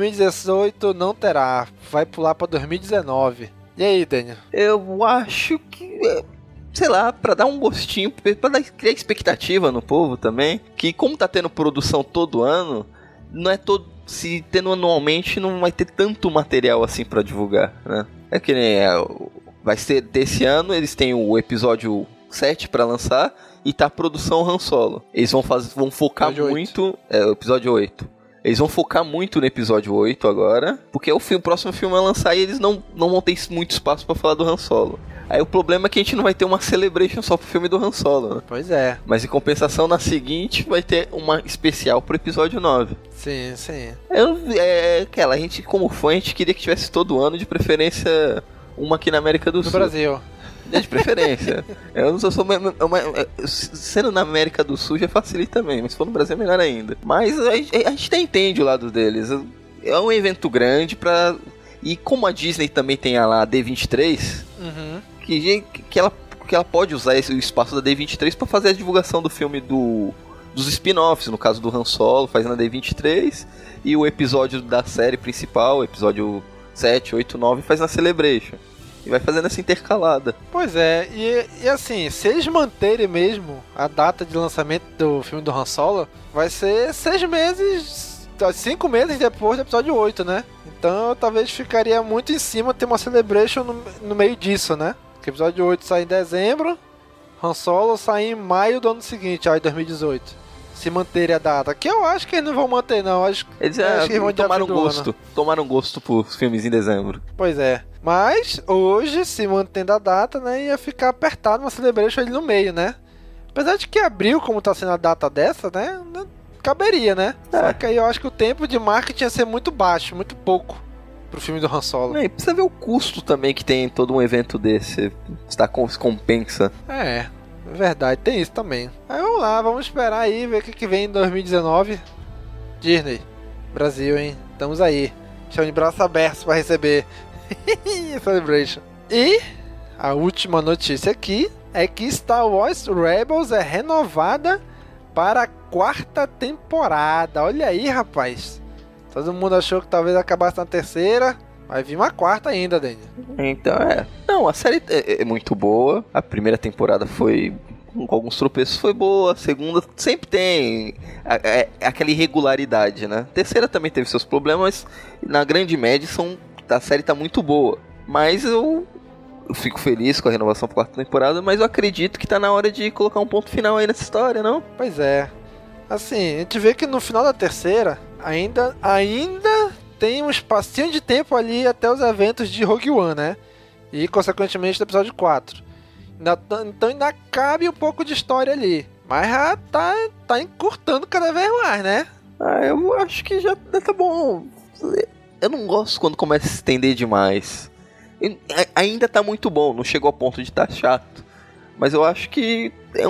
2018 não terá. Vai pular pra 2019. E aí, Daniel? Eu acho que... sei lá, pra dar um gostinho, pra criar expectativa no povo também. Que como tá tendo produção todo ano, não é todo... se tendo anualmente, não vai ter tanto material assim pra divulgar, né? É que nem... vai ser desse ano, eles têm o episódio 7 pra lançar... e tá a produção Han Solo. Eles vão focar muito... o episódio 8. Eles vão focar muito no episódio 8 agora, porque o próximo filme vai lançar e eles não vão ter muito espaço pra falar do Han Solo. Aí o problema é que a gente não vai ter uma celebration só pro filme do Han Solo, né? Pois é. Mas em compensação, na seguinte, vai ter uma especial pro episódio 9. Sim, sim. Aquela, a gente como fã, a gente queria que tivesse todo ano, de preferência uma aqui na América do Sul. No Brasil. De preferência. Eu não sou sendo na América do Sul já facilita também, mas se for no Brasil é melhor ainda. Mas a gente até entende o lado deles. É um evento grande pra... E como a Disney também tem a D23, uhum. que ela pode usar o espaço da D23 pra fazer a divulgação do filme dos spin-offs, no caso do Han Solo, faz na D23, e o episódio da série principal, o episódio 7, 8, 9, faz na Celebration. E vai fazendo essa intercalada. Pois é, e assim, se eles manterem mesmo a data de lançamento do filme do Han Solo, vai ser 6 meses, 5 meses depois do episódio 8, né? Então talvez ficaria muito em cima ter uma Celebration no meio disso, né? Porque o episódio 8 sai em dezembro, Han Solo sai em maio do ano seguinte, aí 2018. Se manterem a data, que eu acho que eles não vão manter, não. Eles acho que eles vão tomaram gosto por filmes em dezembro. Pois é. Mas hoje, se mantendo a data, né, ia ficar apertado uma Celebration ali no meio, né? Apesar de que abril, como tá sendo a data dessa, né, caberia, né? Só que aí eu acho que o tempo de marketing ia ser muito baixo, muito pouco pro filme do Han Solo. E precisa ver o custo também que tem em todo um evento desse. Se compensa. É verdade, tem isso também. Aí vamos lá, vamos esperar aí, ver o que vem em 2019. Disney, Brasil, hein? Estamos aí. Estamos de braços abertos para receber Celebration. E a última notícia aqui é que Star Wars Rebels é renovada para a 4ª temporada. Olha aí, rapaz. Todo mundo achou que talvez acabasse na 3ª. Vai vir uma 4ª ainda, Daniel. Então Não, a série é muito boa. A primeira temporada foi... com alguns tropeços foi boa. A segunda sempre tem aquela irregularidade, né? A terceira também teve seus problemas. Na grande média, a série tá muito boa. Mas eu fico feliz com a renovação pra 4ª temporada. Mas eu acredito que tá na hora de colocar um ponto final aí nessa história, não? Pois é. Assim, a gente vê que no final da terceira ainda tem um espacinho de tempo ali até os eventos de Rogue One, né? E, consequentemente, do episódio 4. Então ainda cabe um pouco de história ali. Mas já tá encurtando cada vez mais, né? Eu acho que já tá bom. Eu não gosto quando começa a se estender demais. Ainda tá muito bom, não chegou ao ponto de estar chato. Mas eu acho que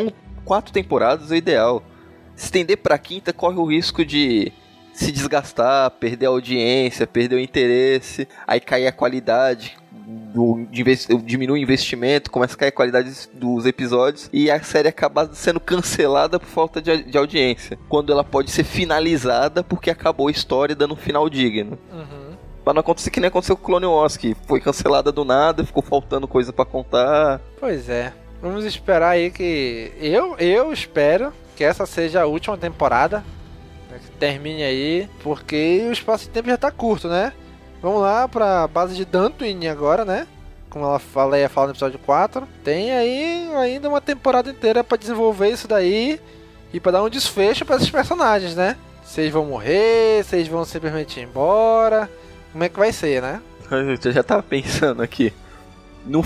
4 temporadas é o ideal. Se estender pra 5ª corre o risco de se desgastar, perder a audiência, perder o interesse, aí cair a qualidade, diminui o investimento, começa a cair a qualidade dos episódios e a série acaba sendo cancelada por falta de audiência. Quando ela pode ser finalizada porque acabou a história dando um final digno. Pra não acontecer que nem aconteceu com o Clone Wars, que foi cancelada do nada, ficou faltando coisa pra contar. Pois é. Vamos esperar aí que... Eu espero que essa seja a última temporada, né, que termine aí, porque o espaço de tempo já tá curto, né? Vamos lá pra base de Dantooine agora, né? Como ela ia falar no episódio 4. Tem aí ainda uma temporada inteira pra desenvolver isso daí e pra dar um desfecho pra esses personagens, né? Se eles vão morrer, se eles vão simplesmente ir embora... Como é que vai ser, né? Eu já tava pensando aqui. No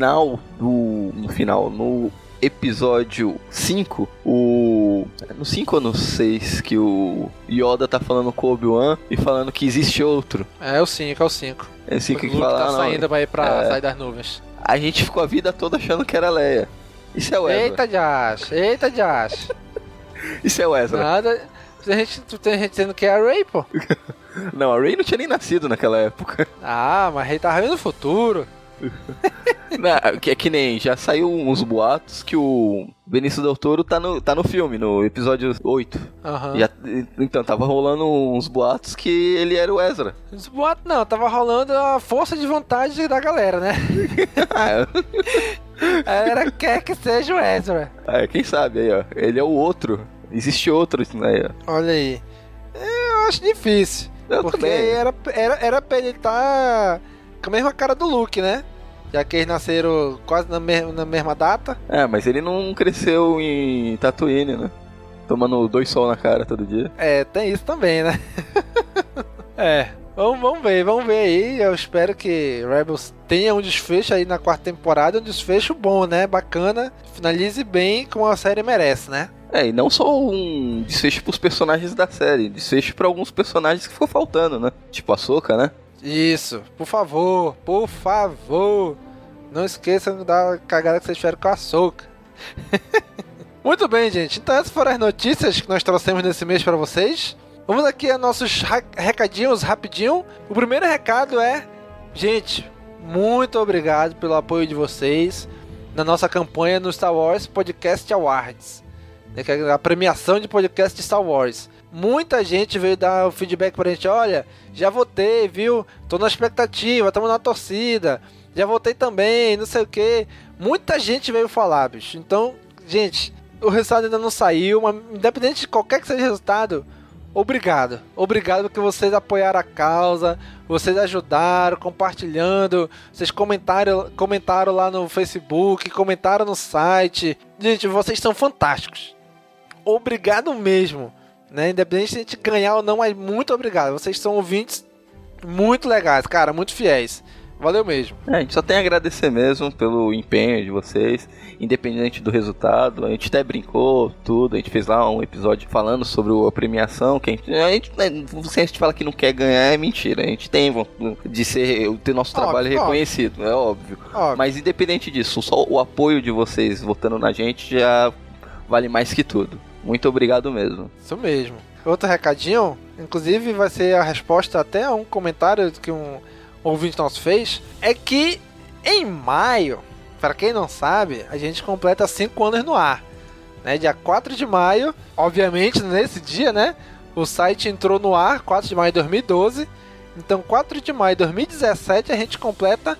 episódio 5, no 5 ou no 6, que o Yoda tá falando com o Obi-Wan e falando que existe outro. É o 5. É o 5 que fala, tá saindo pra ir pra sair das nuvens. A gente ficou a vida toda achando que era Leia. Isso é o Ezra. Eita, Josh. Isso é o Ezra. Nada... Tem gente dizendo que é a Rey, pô. Não, a Rey não tinha nem nascido naquela época. Ah, mas a Rey tava vendo no futuro. Não, é que nem, já saiu uns boatos que o Benício Del Toro tá no filme, no episódio 8. Então, tava rolando uns boatos que ele era o Ezra. Os boatos não, tava rolando a força de vontade da galera, né? Era quer que seja o Ezra. Quem sabe aí, ó. Ele é o outro. Existe outro, né? Olha aí. Eu acho difícil. Porque era pra ele estar com a mesma cara do Luke, né? Já que eles nasceram quase na mesma data. Mas ele não cresceu em Tatooine, né? Tomando 2 sol na cara todo dia. Tem isso também, né? Vamos ver aí. Eu espero que Rebels tenha um desfecho aí na 4ª temporada. Um desfecho bom, né? Bacana. Finalize bem como a série merece, né? E não só um desfecho pros personagens da série, desfecho pra alguns personagens que ficou faltando, né? Tipo a Ahsoka, né? Isso, por favor. Não esqueçam da cagada que vocês tiveram com a Ahsoka. Muito bem, gente. Então essas foram as notícias que nós trouxemos nesse mês pra vocês. Vamos aqui a nossos recadinhos rapidinho. O primeiro recado é... Gente, muito obrigado pelo apoio de vocês na nossa campanha no Star Wars Podcast Awards. Que é a premiação de podcast de Star Wars. Muita gente veio dar o feedback pra gente. Olha, já votei, viu? Tô na expectativa, tamo na torcida. Já votei também, não sei o que. Muita gente veio falar, bicho. Então, gente, o resultado ainda não saiu. Mas independente de qualquer que seja o resultado, obrigado. Obrigado porque vocês apoiaram a causa. Vocês ajudaram, compartilhando. Vocês comentaram lá no Facebook, comentaram no site. Gente, vocês são fantásticos. Obrigado mesmo, né? Independente de a gente ganhar ou não, mas muito obrigado. Vocês são ouvintes muito legais, cara, muito fiéis. Valeu mesmo. A gente só tem a agradecer mesmo pelo empenho de vocês, independente do resultado. A gente até brincou tudo, a gente fez lá um episódio falando sobre a premiação. Que se a gente fala que não quer ganhar, é mentira. A gente tem de ter nosso trabalho reconhecido, é óbvio. Mas independente disso, só o apoio de vocês votando na gente já vale mais que tudo. Muito obrigado mesmo. Isso mesmo. Outro recadinho, inclusive vai ser a resposta até a um comentário que um ouvinte nosso fez, é que em maio, para quem não sabe, a gente completa 5 anos no ar, né? Dia 4 de maio, obviamente nesse dia, né? O site entrou no ar, 4 de maio de 2012, então 4 de maio de 2017 a gente completa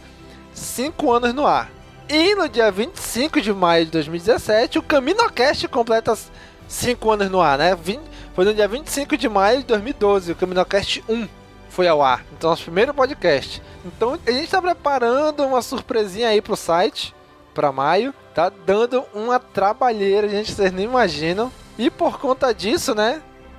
5 anos no ar. E no dia 25 de maio de 2017, o CaminoCast completa 5 anos no ar, né? Foi no dia 25 de maio de 2012, o CaminoCast 1 foi ao ar. Então, nosso primeiro podcast. Então, a gente tá preparando uma surpresinha aí pro site, pra maio. Tá dando uma trabalheira, gente, vocês nem imaginam. E por conta disso, né?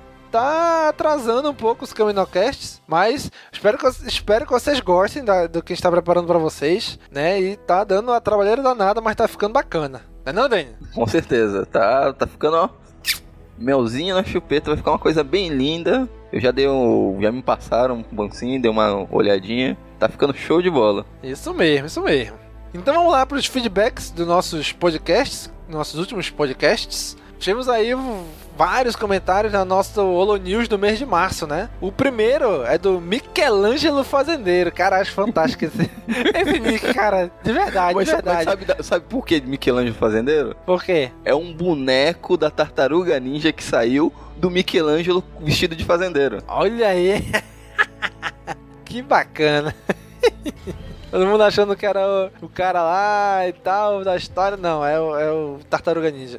Tá atrasando um pouco os CaminoCasts, mas espero que vocês gostem do que a gente tá preparando pra vocês, né? E tá dando uma trabalheira danada, mas tá ficando bacana. Não é não, Dani? Com certeza, tá ficando, ó, melzinho na chupeta, vai ficar uma coisa bem linda. Eu já me passaram um bancinho, dei uma olhadinha, tá ficando show de bola. Isso mesmo. Então vamos lá pros feedbacks dos nossos podcasts, nossos últimos podcasts. Tivemos aí vários comentários na nossa Holo News do mês de março, né? O primeiro é do Michelangelo Fazendeiro. Cara, acho fantástico esse nick, cara. De verdade, mas, de verdade. Mas sabe por que Michelangelo Fazendeiro? Por quê? É um boneco da Tartaruga Ninja que saiu do Michelangelo vestido de fazendeiro. Olha aí. Que bacana. Todo mundo achando que era o cara lá e tal, da história. Não, é o Tartaruga Ninja.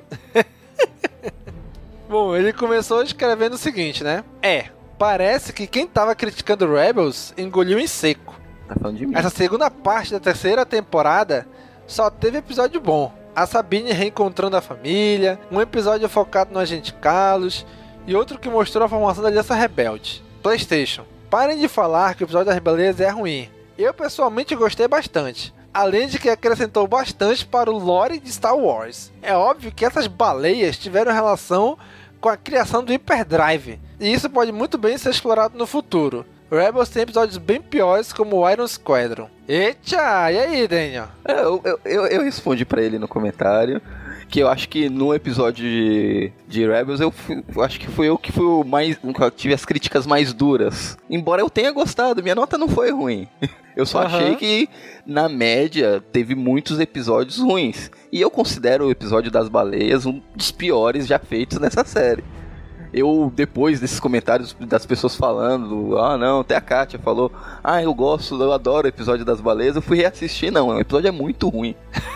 Bom, ele começou escrevendo o seguinte, né? Parece que quem tava criticando Rebels engoliu em seco. Tá falando de mim. Essa segunda parte da terceira temporada só teve episódio bom. A Sabine reencontrando a família, um episódio focado no Agente Carlos e outro que mostrou a formação da Aliança Rebelde. PlayStation. Parem de falar que o episódio das baleias é ruim. Eu pessoalmente gostei bastante. Além de que acrescentou bastante para o lore de Star Wars. É óbvio que essas baleias tiveram relação com a criação do Hyperdrive. E isso pode muito bem ser explorado no futuro. Rebels tem episódios bem piores como o Iron Squadron. Eita, e aí, Daniel? Eu respondi pra ele no comentário que eu acho que no episódio de Rebels eu acho que fui eu que fui o mais, tive as críticas mais duras. Embora eu tenha gostado, minha nota não foi ruim. Eu só achei que, na média, teve muitos episódios ruins. E eu considero o episódio das baleias um dos piores já feitos nessa série. Eu, depois desses comentários das pessoas falando, não, até a Kátia falou, eu adoro o episódio das baleias, eu fui reassistir, não, o episódio é muito ruim.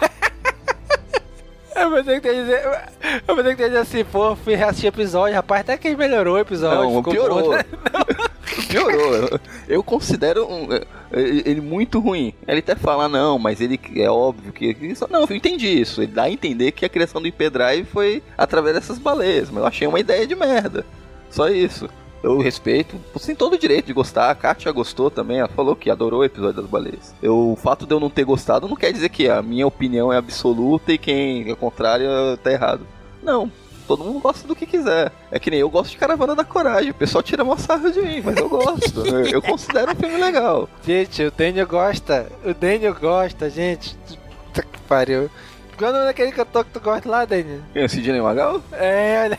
Eu vou ter que dizer assim, pô, fui reassistir o episódio, rapaz, até que melhorou o episódio. Não, piorou. Piorou. Eu considero ele muito ruim. Ele até fala, não, mas ele é óbvio que... Não, eu entendi isso. Ele dá a entender que a criação do Hyperdrive foi através dessas baleias, mas eu achei uma ideia de merda. Só isso. Eu respeito, você tem todo o direito de gostar. A Kátia gostou também, ela falou que adorou o episódio das baleias. O fato de eu não ter gostado não quer dizer que a minha opinião é absoluta e quem é contrário tá errado. Não, todo mundo gosta do que quiser. É que nem eu gosto de Caravana da Coragem. O pessoal tira uma sarra de mim, mas eu gosto. Eu considero um filme legal. Gente, o Daniel gosta, gente. Puta que pariu. Qual é o nome daquele cantor que tu gosta lá, Daniel? Quem é o Sidney Magal? Olha.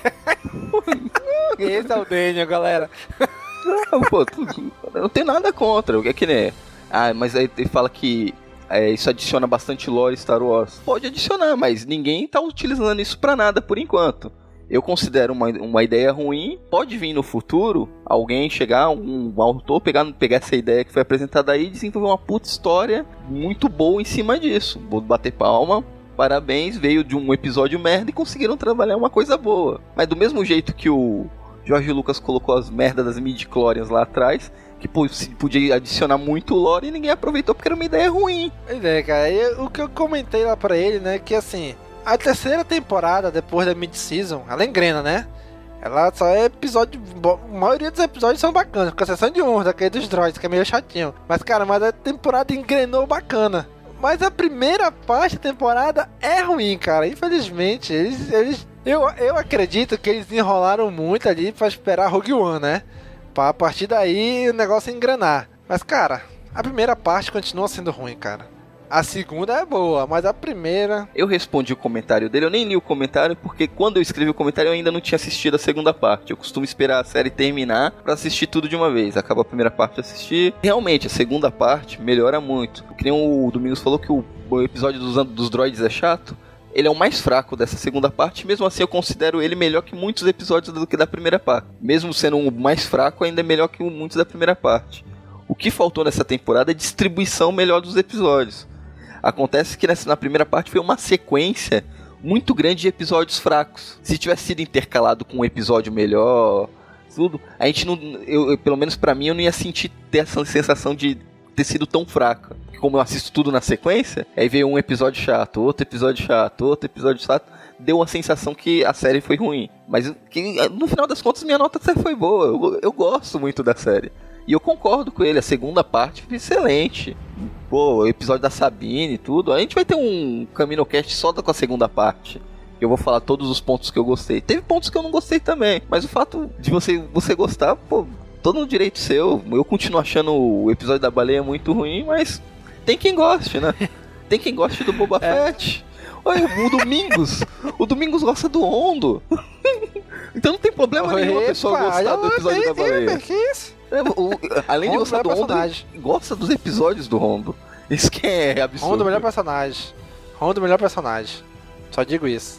Esse é o Daniel, galera. Não, pô, eu não tenho nada contra. É que nem... mas aí ele fala que isso adiciona bastante lore Star Wars. Pode adicionar, mas ninguém tá utilizando isso pra nada por enquanto. Eu considero uma ideia ruim. Pode vir no futuro alguém chegar, um autor, pegar essa ideia que foi apresentada aí e desenvolver uma puta história muito boa em cima disso. Vou bater palma. Parabéns, veio de um episódio merda e conseguiram trabalhar uma coisa boa. Mas do mesmo jeito que o Jorge Lucas colocou as merdas das midi-chlorians lá atrás, que podia adicionar muito lore e ninguém aproveitou porque era uma ideia ruim. Pois é, cara. O que eu comentei lá pra ele, né, que assim, a terceira temporada, depois da mid-season, ela engrena, né? Ela só é episódio... A maioria dos episódios são bacanas, com exceção de um, daquele dos droids, que é meio chatinho. Mas, cara, a temporada engrenou bacana. Mas a primeira parte da temporada é ruim, cara. Infelizmente, eu acredito que eles enrolaram muito ali pra esperar Rogue One, né? Pra a partir daí o negócio engrenar. Mas, cara, a primeira parte continua sendo ruim, cara. A segunda é boa, mas a primeira... Eu respondi o comentário dele, eu nem li o comentário, porque quando eu escrevi o comentário eu ainda não tinha assistido a segunda parte. Eu costumo esperar a série terminar pra assistir tudo de uma vez. Acaba a primeira parte de assistir. Realmente, a segunda parte melhora muito. Que nem o Domingos falou que o episódio dos droids é chato. Ele é o mais fraco dessa segunda parte, mesmo assim eu considero ele melhor que muitos episódios do que da primeira parte. Mesmo sendo o mais fraco, ainda é melhor que muitos da primeira parte. O que faltou nessa temporada é distribuição melhor dos episódios. Acontece que na primeira parte foi uma sequência muito grande de episódios fracos. Se tivesse sido intercalado com um episódio melhor, tudo, a gente não... pelo menos pra mim, eu não ia ter essa sensação de ter sido tão fraca. Porque como eu assisto tudo na sequência, aí veio um episódio chato, outro episódio chato, outro episódio chato, deu a sensação que a série foi ruim. Mas que, no final das contas, minha nota até foi boa. Eu gosto muito da série. E eu concordo com ele, a segunda parte foi excelente. Pô, o episódio da Sabine e tudo. A gente vai ter um CaminoCast só com a segunda parte. Eu vou falar todos os pontos que eu gostei. Teve pontos que eu não gostei também. Mas o fato de você gostar, pô, todo um direito seu. Eu continuo achando o episódio da baleia muito ruim, mas tem quem goste, né? Tem quem goste do Boba Fett. Olha, o Domingos gosta do Hondo. Então não tem problema nenhum a pessoa gostar do episódio da baleia. Que isso? Além de Rondo gostar do Rondo, personagem. gosta dos episódios do Rondo. Isso que é absurdo. Rondo, melhor personagem. Rondo, melhor personagem. Só digo isso.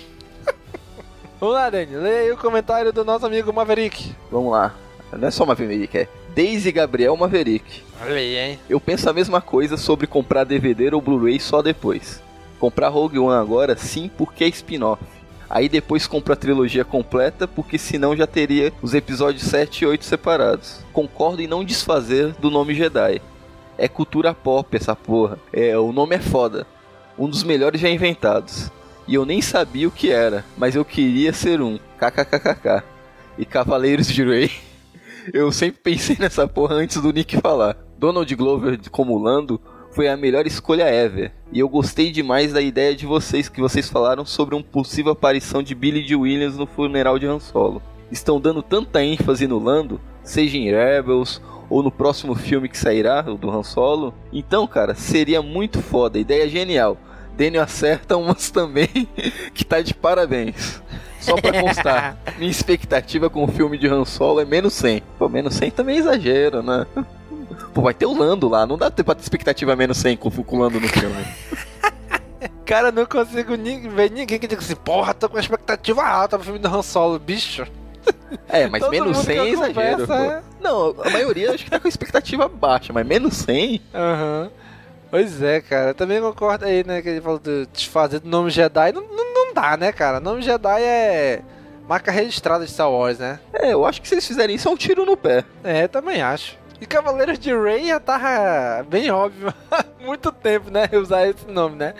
Vamos lá, Dani. Leia aí o comentário do nosso amigo Maverick. Vamos lá. Não é só Maverick, é Daisy Gabriel Maverick. Olha aí, hein? Eu penso a mesma coisa sobre comprar DVD ou Blu-ray só depois. Comprar Rogue One agora, sim, porque é spin-off. Aí depois compro a trilogia completa, porque senão já teria os episódios 7 e 8 separados. Concordo em não desfazer do nome Jedi. É cultura pop essa porra. O nome é foda. Um dos melhores já inventados. E eu nem sabia o que era, mas eu queria ser um. KKKKK. E Cavaleiros de Rey. Eu sempre pensei nessa porra antes do Nick falar. Donald Glover como Lando foi a melhor escolha ever. E eu gostei demais da ideia de vocês, que vocês falaram sobre uma possível aparição de Billy Dee Williams no funeral de Han Solo. Estão dando tanta ênfase no Lando, seja em Rebels ou no próximo filme que sairá, o do Han Solo. Então, cara, seria muito foda, ideia genial. Daniel acerta umas também, que tá de parabéns. Só pra constar, minha expectativa com o filme de Han Solo é menos 100. Pô, menos 100 também é exagero, né? Pô, vai ter o Lando lá, não dá pra ter expectativa menos 100 com o Lando no filme. Cara, não consigo ver ninguém que diga assim, porra, tô com uma expectativa alta pro filme do Han Solo, bicho. Mas todo menos 100 é exagero, pô. Não, a maioria acho que tá com expectativa baixa, mas menos 100... Aham. Pois é, cara, eu também concordo aí, né, que ele falou de desfazer do nome Jedi, não dá, né, cara, o nome Jedi é marca registrada de Star Wars, né. Eu acho que se eles fizerem isso é um tiro no pé. Também acho. E Cavaleiros de Rey já tava bem óbvio há muito tempo, né, usar esse nome, né.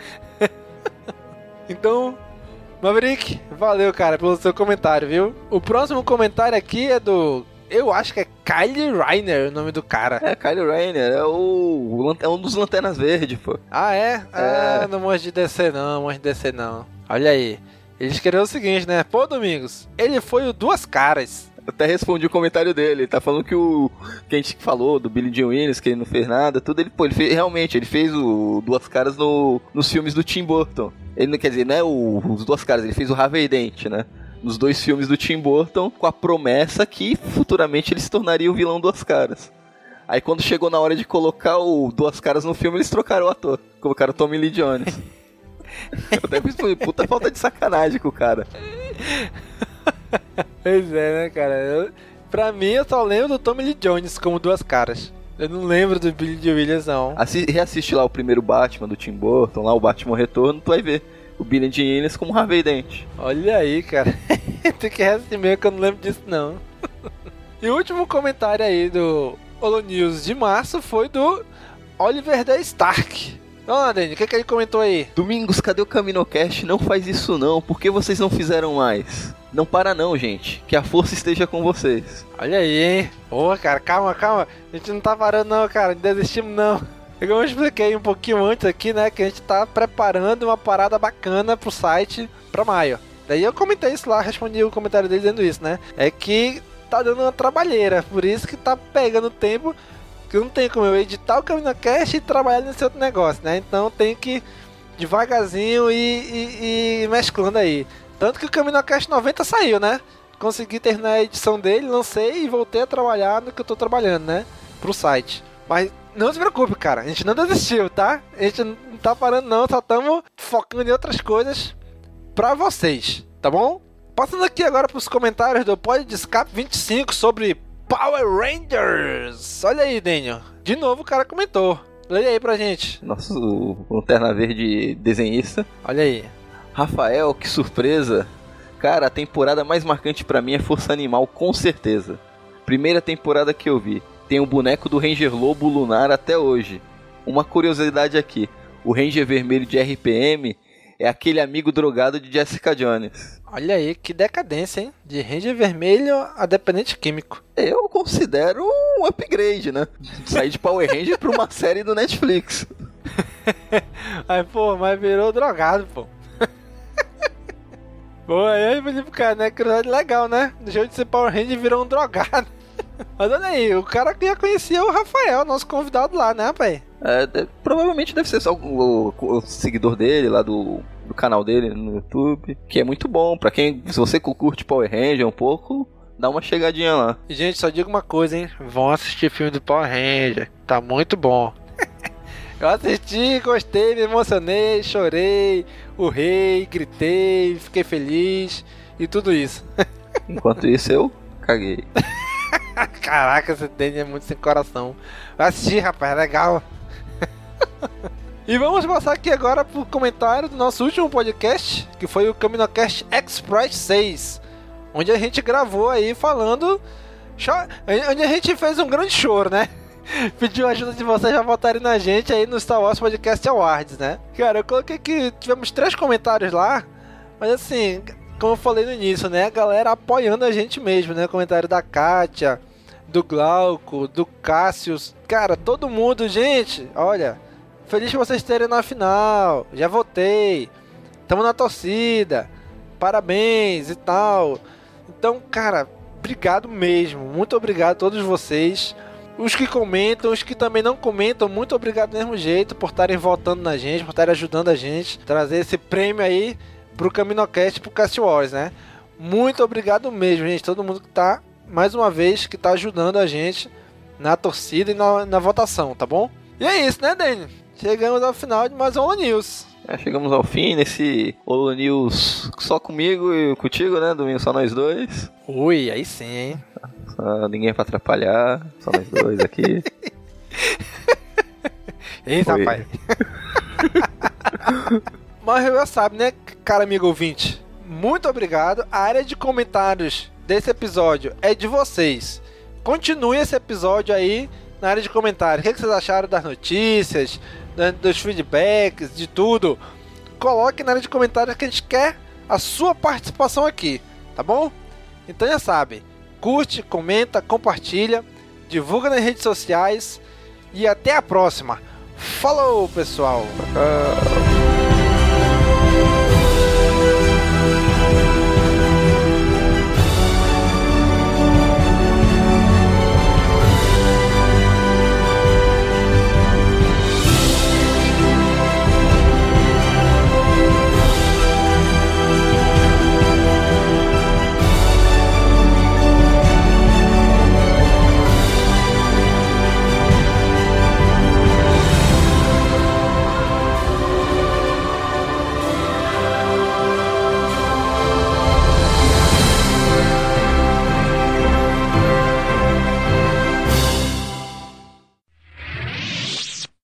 Então, Maverick, valeu, cara, pelo seu comentário, viu. O próximo comentário aqui é do... Eu acho que é Kyle Reiner o nome do cara. Kyle Reiner é um dos Lanternas Verdes, pô. Ah, é? Não manjo de DC não. Olha aí. Ele escreveu o seguinte, né? Pô, Domingos, ele foi o Duas Caras. Eu até respondi o comentário dele. Ele tá falando que a gente falou do Billy Dee Williams, que ele não fez nada, tudo. Ele fez o Duas Caras nos filmes do Tim Burton. Ele, quer dizer, não é os Duas Caras, ele fez o Harvey Dent, né? Nos 2 filmes do Tim Burton, com a promessa que futuramente ele se tornaria o vilão Duas Caras. Aí quando chegou na hora de colocar o Duas Caras no filme, eles trocaram o ator. Colocaram o Tommy Lee Jones. Eu até pensei, puta falta de sacanagem com o cara. Pois é, né, cara? Pra mim, eu só lembro do Tommy Lee Jones como Duas Caras. Eu não lembro do Billy Dee Williams, não. Reassiste lá o primeiro Batman do Tim Burton, lá o Batman Retorno, tu vai ver o Billy Dee Williams como Harvey Dent. Olha aí, cara. Tem que reassistir mesmo que eu não lembro disso, não. E o último comentário aí do Holo News de março foi do Oliver D. Stark. Vamos lá, Dani, o que ele comentou aí? Domingos, cadê o CaminoCast? Não faz isso não, por que vocês não fizeram mais? Não para não, gente, que a força esteja com vocês. Olha aí, hein? Porra, cara, calma. A gente não tá parando não, cara, não desistimos não. Como eu expliquei um pouquinho antes aqui, né, que a gente tá preparando uma parada bacana pro site pra maio. Daí eu comentei isso lá, respondi o comentário dele dizendo isso, né? É que tá dando uma trabalheira, por isso que tá pegando tempo, que não tem como eu editar o CaminoCast e trabalhar nesse outro negócio, né? Então tem que devagarzinho e mesclando aí. Tanto que o CaminoCast 90 saiu, né? Consegui terminar a edição dele, lancei e voltei a trabalhar no que eu tô trabalhando, né? Pro site. Mas não se preocupe, cara, a gente não desistiu, tá? A gente não tá parando não, só estamos focando em outras coisas pra vocês, tá bom? Passando aqui agora pros comentários do Pod de Escape 25 sobre Power Rangers. Olha aí, Daniel. De novo o cara comentou. Leia aí pra gente. Nosso Lanterna Verde desenhista. Olha aí. Rafael, que surpresa. Cara, a temporada mais marcante pra mim é Força Animal, com certeza. Primeira temporada que eu vi. Tem o boneco do Ranger Lobo Lunar até hoje. Uma curiosidade aqui. O Ranger Vermelho de RPM é aquele amigo drogado de Jessica Jones. Olha aí, que decadência, hein? De Ranger Vermelho a dependente químico. Eu considero um upgrade, né? Sair de Power Ranger pra uma série do Netflix. Mas virou drogado, pô. Boa, aí, Felipe, cara, né? Curiosidade legal, né? Deixou de ser Power Ranger e virou um drogado. Mas olha aí, o cara já conhecia o Rafael, nosso convidado lá, né, pai? Provavelmente deve ser só o seguidor dele lá do do canal dele no YouTube, que é muito bom. Pra quem, se você curte Power Ranger um pouco, dá uma chegadinha lá. E, gente, só digo uma coisa, hein? Vão assistir filme do Power Ranger. Tá muito bom. Eu assisti, gostei, me emocionei, chorei, urrei, gritei, fiquei feliz e tudo isso. Enquanto isso, eu caguei. Caraca, esse Danny é muito sem coração. Vai assistir, rapaz, é legal. E vamos passar aqui agora pro comentário do nosso último podcast, que foi o CaminoCast Express 6, onde a gente gravou aí falando... onde a gente fez um grande choro, né? Pediu a ajuda de vocês a votarem na gente aí no Star Wars Podcast Awards, né? Cara, eu coloquei que tivemos 3 comentários lá, mas assim, como eu falei no início, né? A galera apoiando a gente mesmo, né? Comentário da Kátia, do Glauco, do Cássius. Cara, todo mundo, gente, olha, feliz que vocês terem na final. Já votei. Tamo na torcida. Parabéns e tal. Então, cara, obrigado mesmo. Muito obrigado a todos vocês. Os que comentam, os que também não comentam, muito obrigado do mesmo jeito por estarem votando na gente, por estarem ajudando a gente a trazer esse prêmio aí pro CaminoCast, pro Cast Wars, né? Muito obrigado mesmo, gente. Todo mundo que tá, mais uma vez, que tá ajudando a gente na torcida e na votação, tá bom? E é isso, né, Dani? Chegamos ao final de mais um Holo News. Chegamos ao fim nesse Holo News só comigo e contigo, né? Domingo só nós dois. Ui, aí sim, hein? Ninguém pra atrapalhar, só nós dois aqui. Eita, rapaz. Mas já sabe, né, cara amigo ouvinte? Muito obrigado. A área de comentários desse episódio é de vocês. Continue esse episódio aí na área de comentários. O que vocês acharam das notícias, dos feedbacks, de tudo? Coloque na área de comentários que a gente quer a sua participação aqui, tá bom? Então já sabe. Curte, comenta, compartilha, divulga nas redes sociais e até a próxima. Falou, pessoal! Tchau.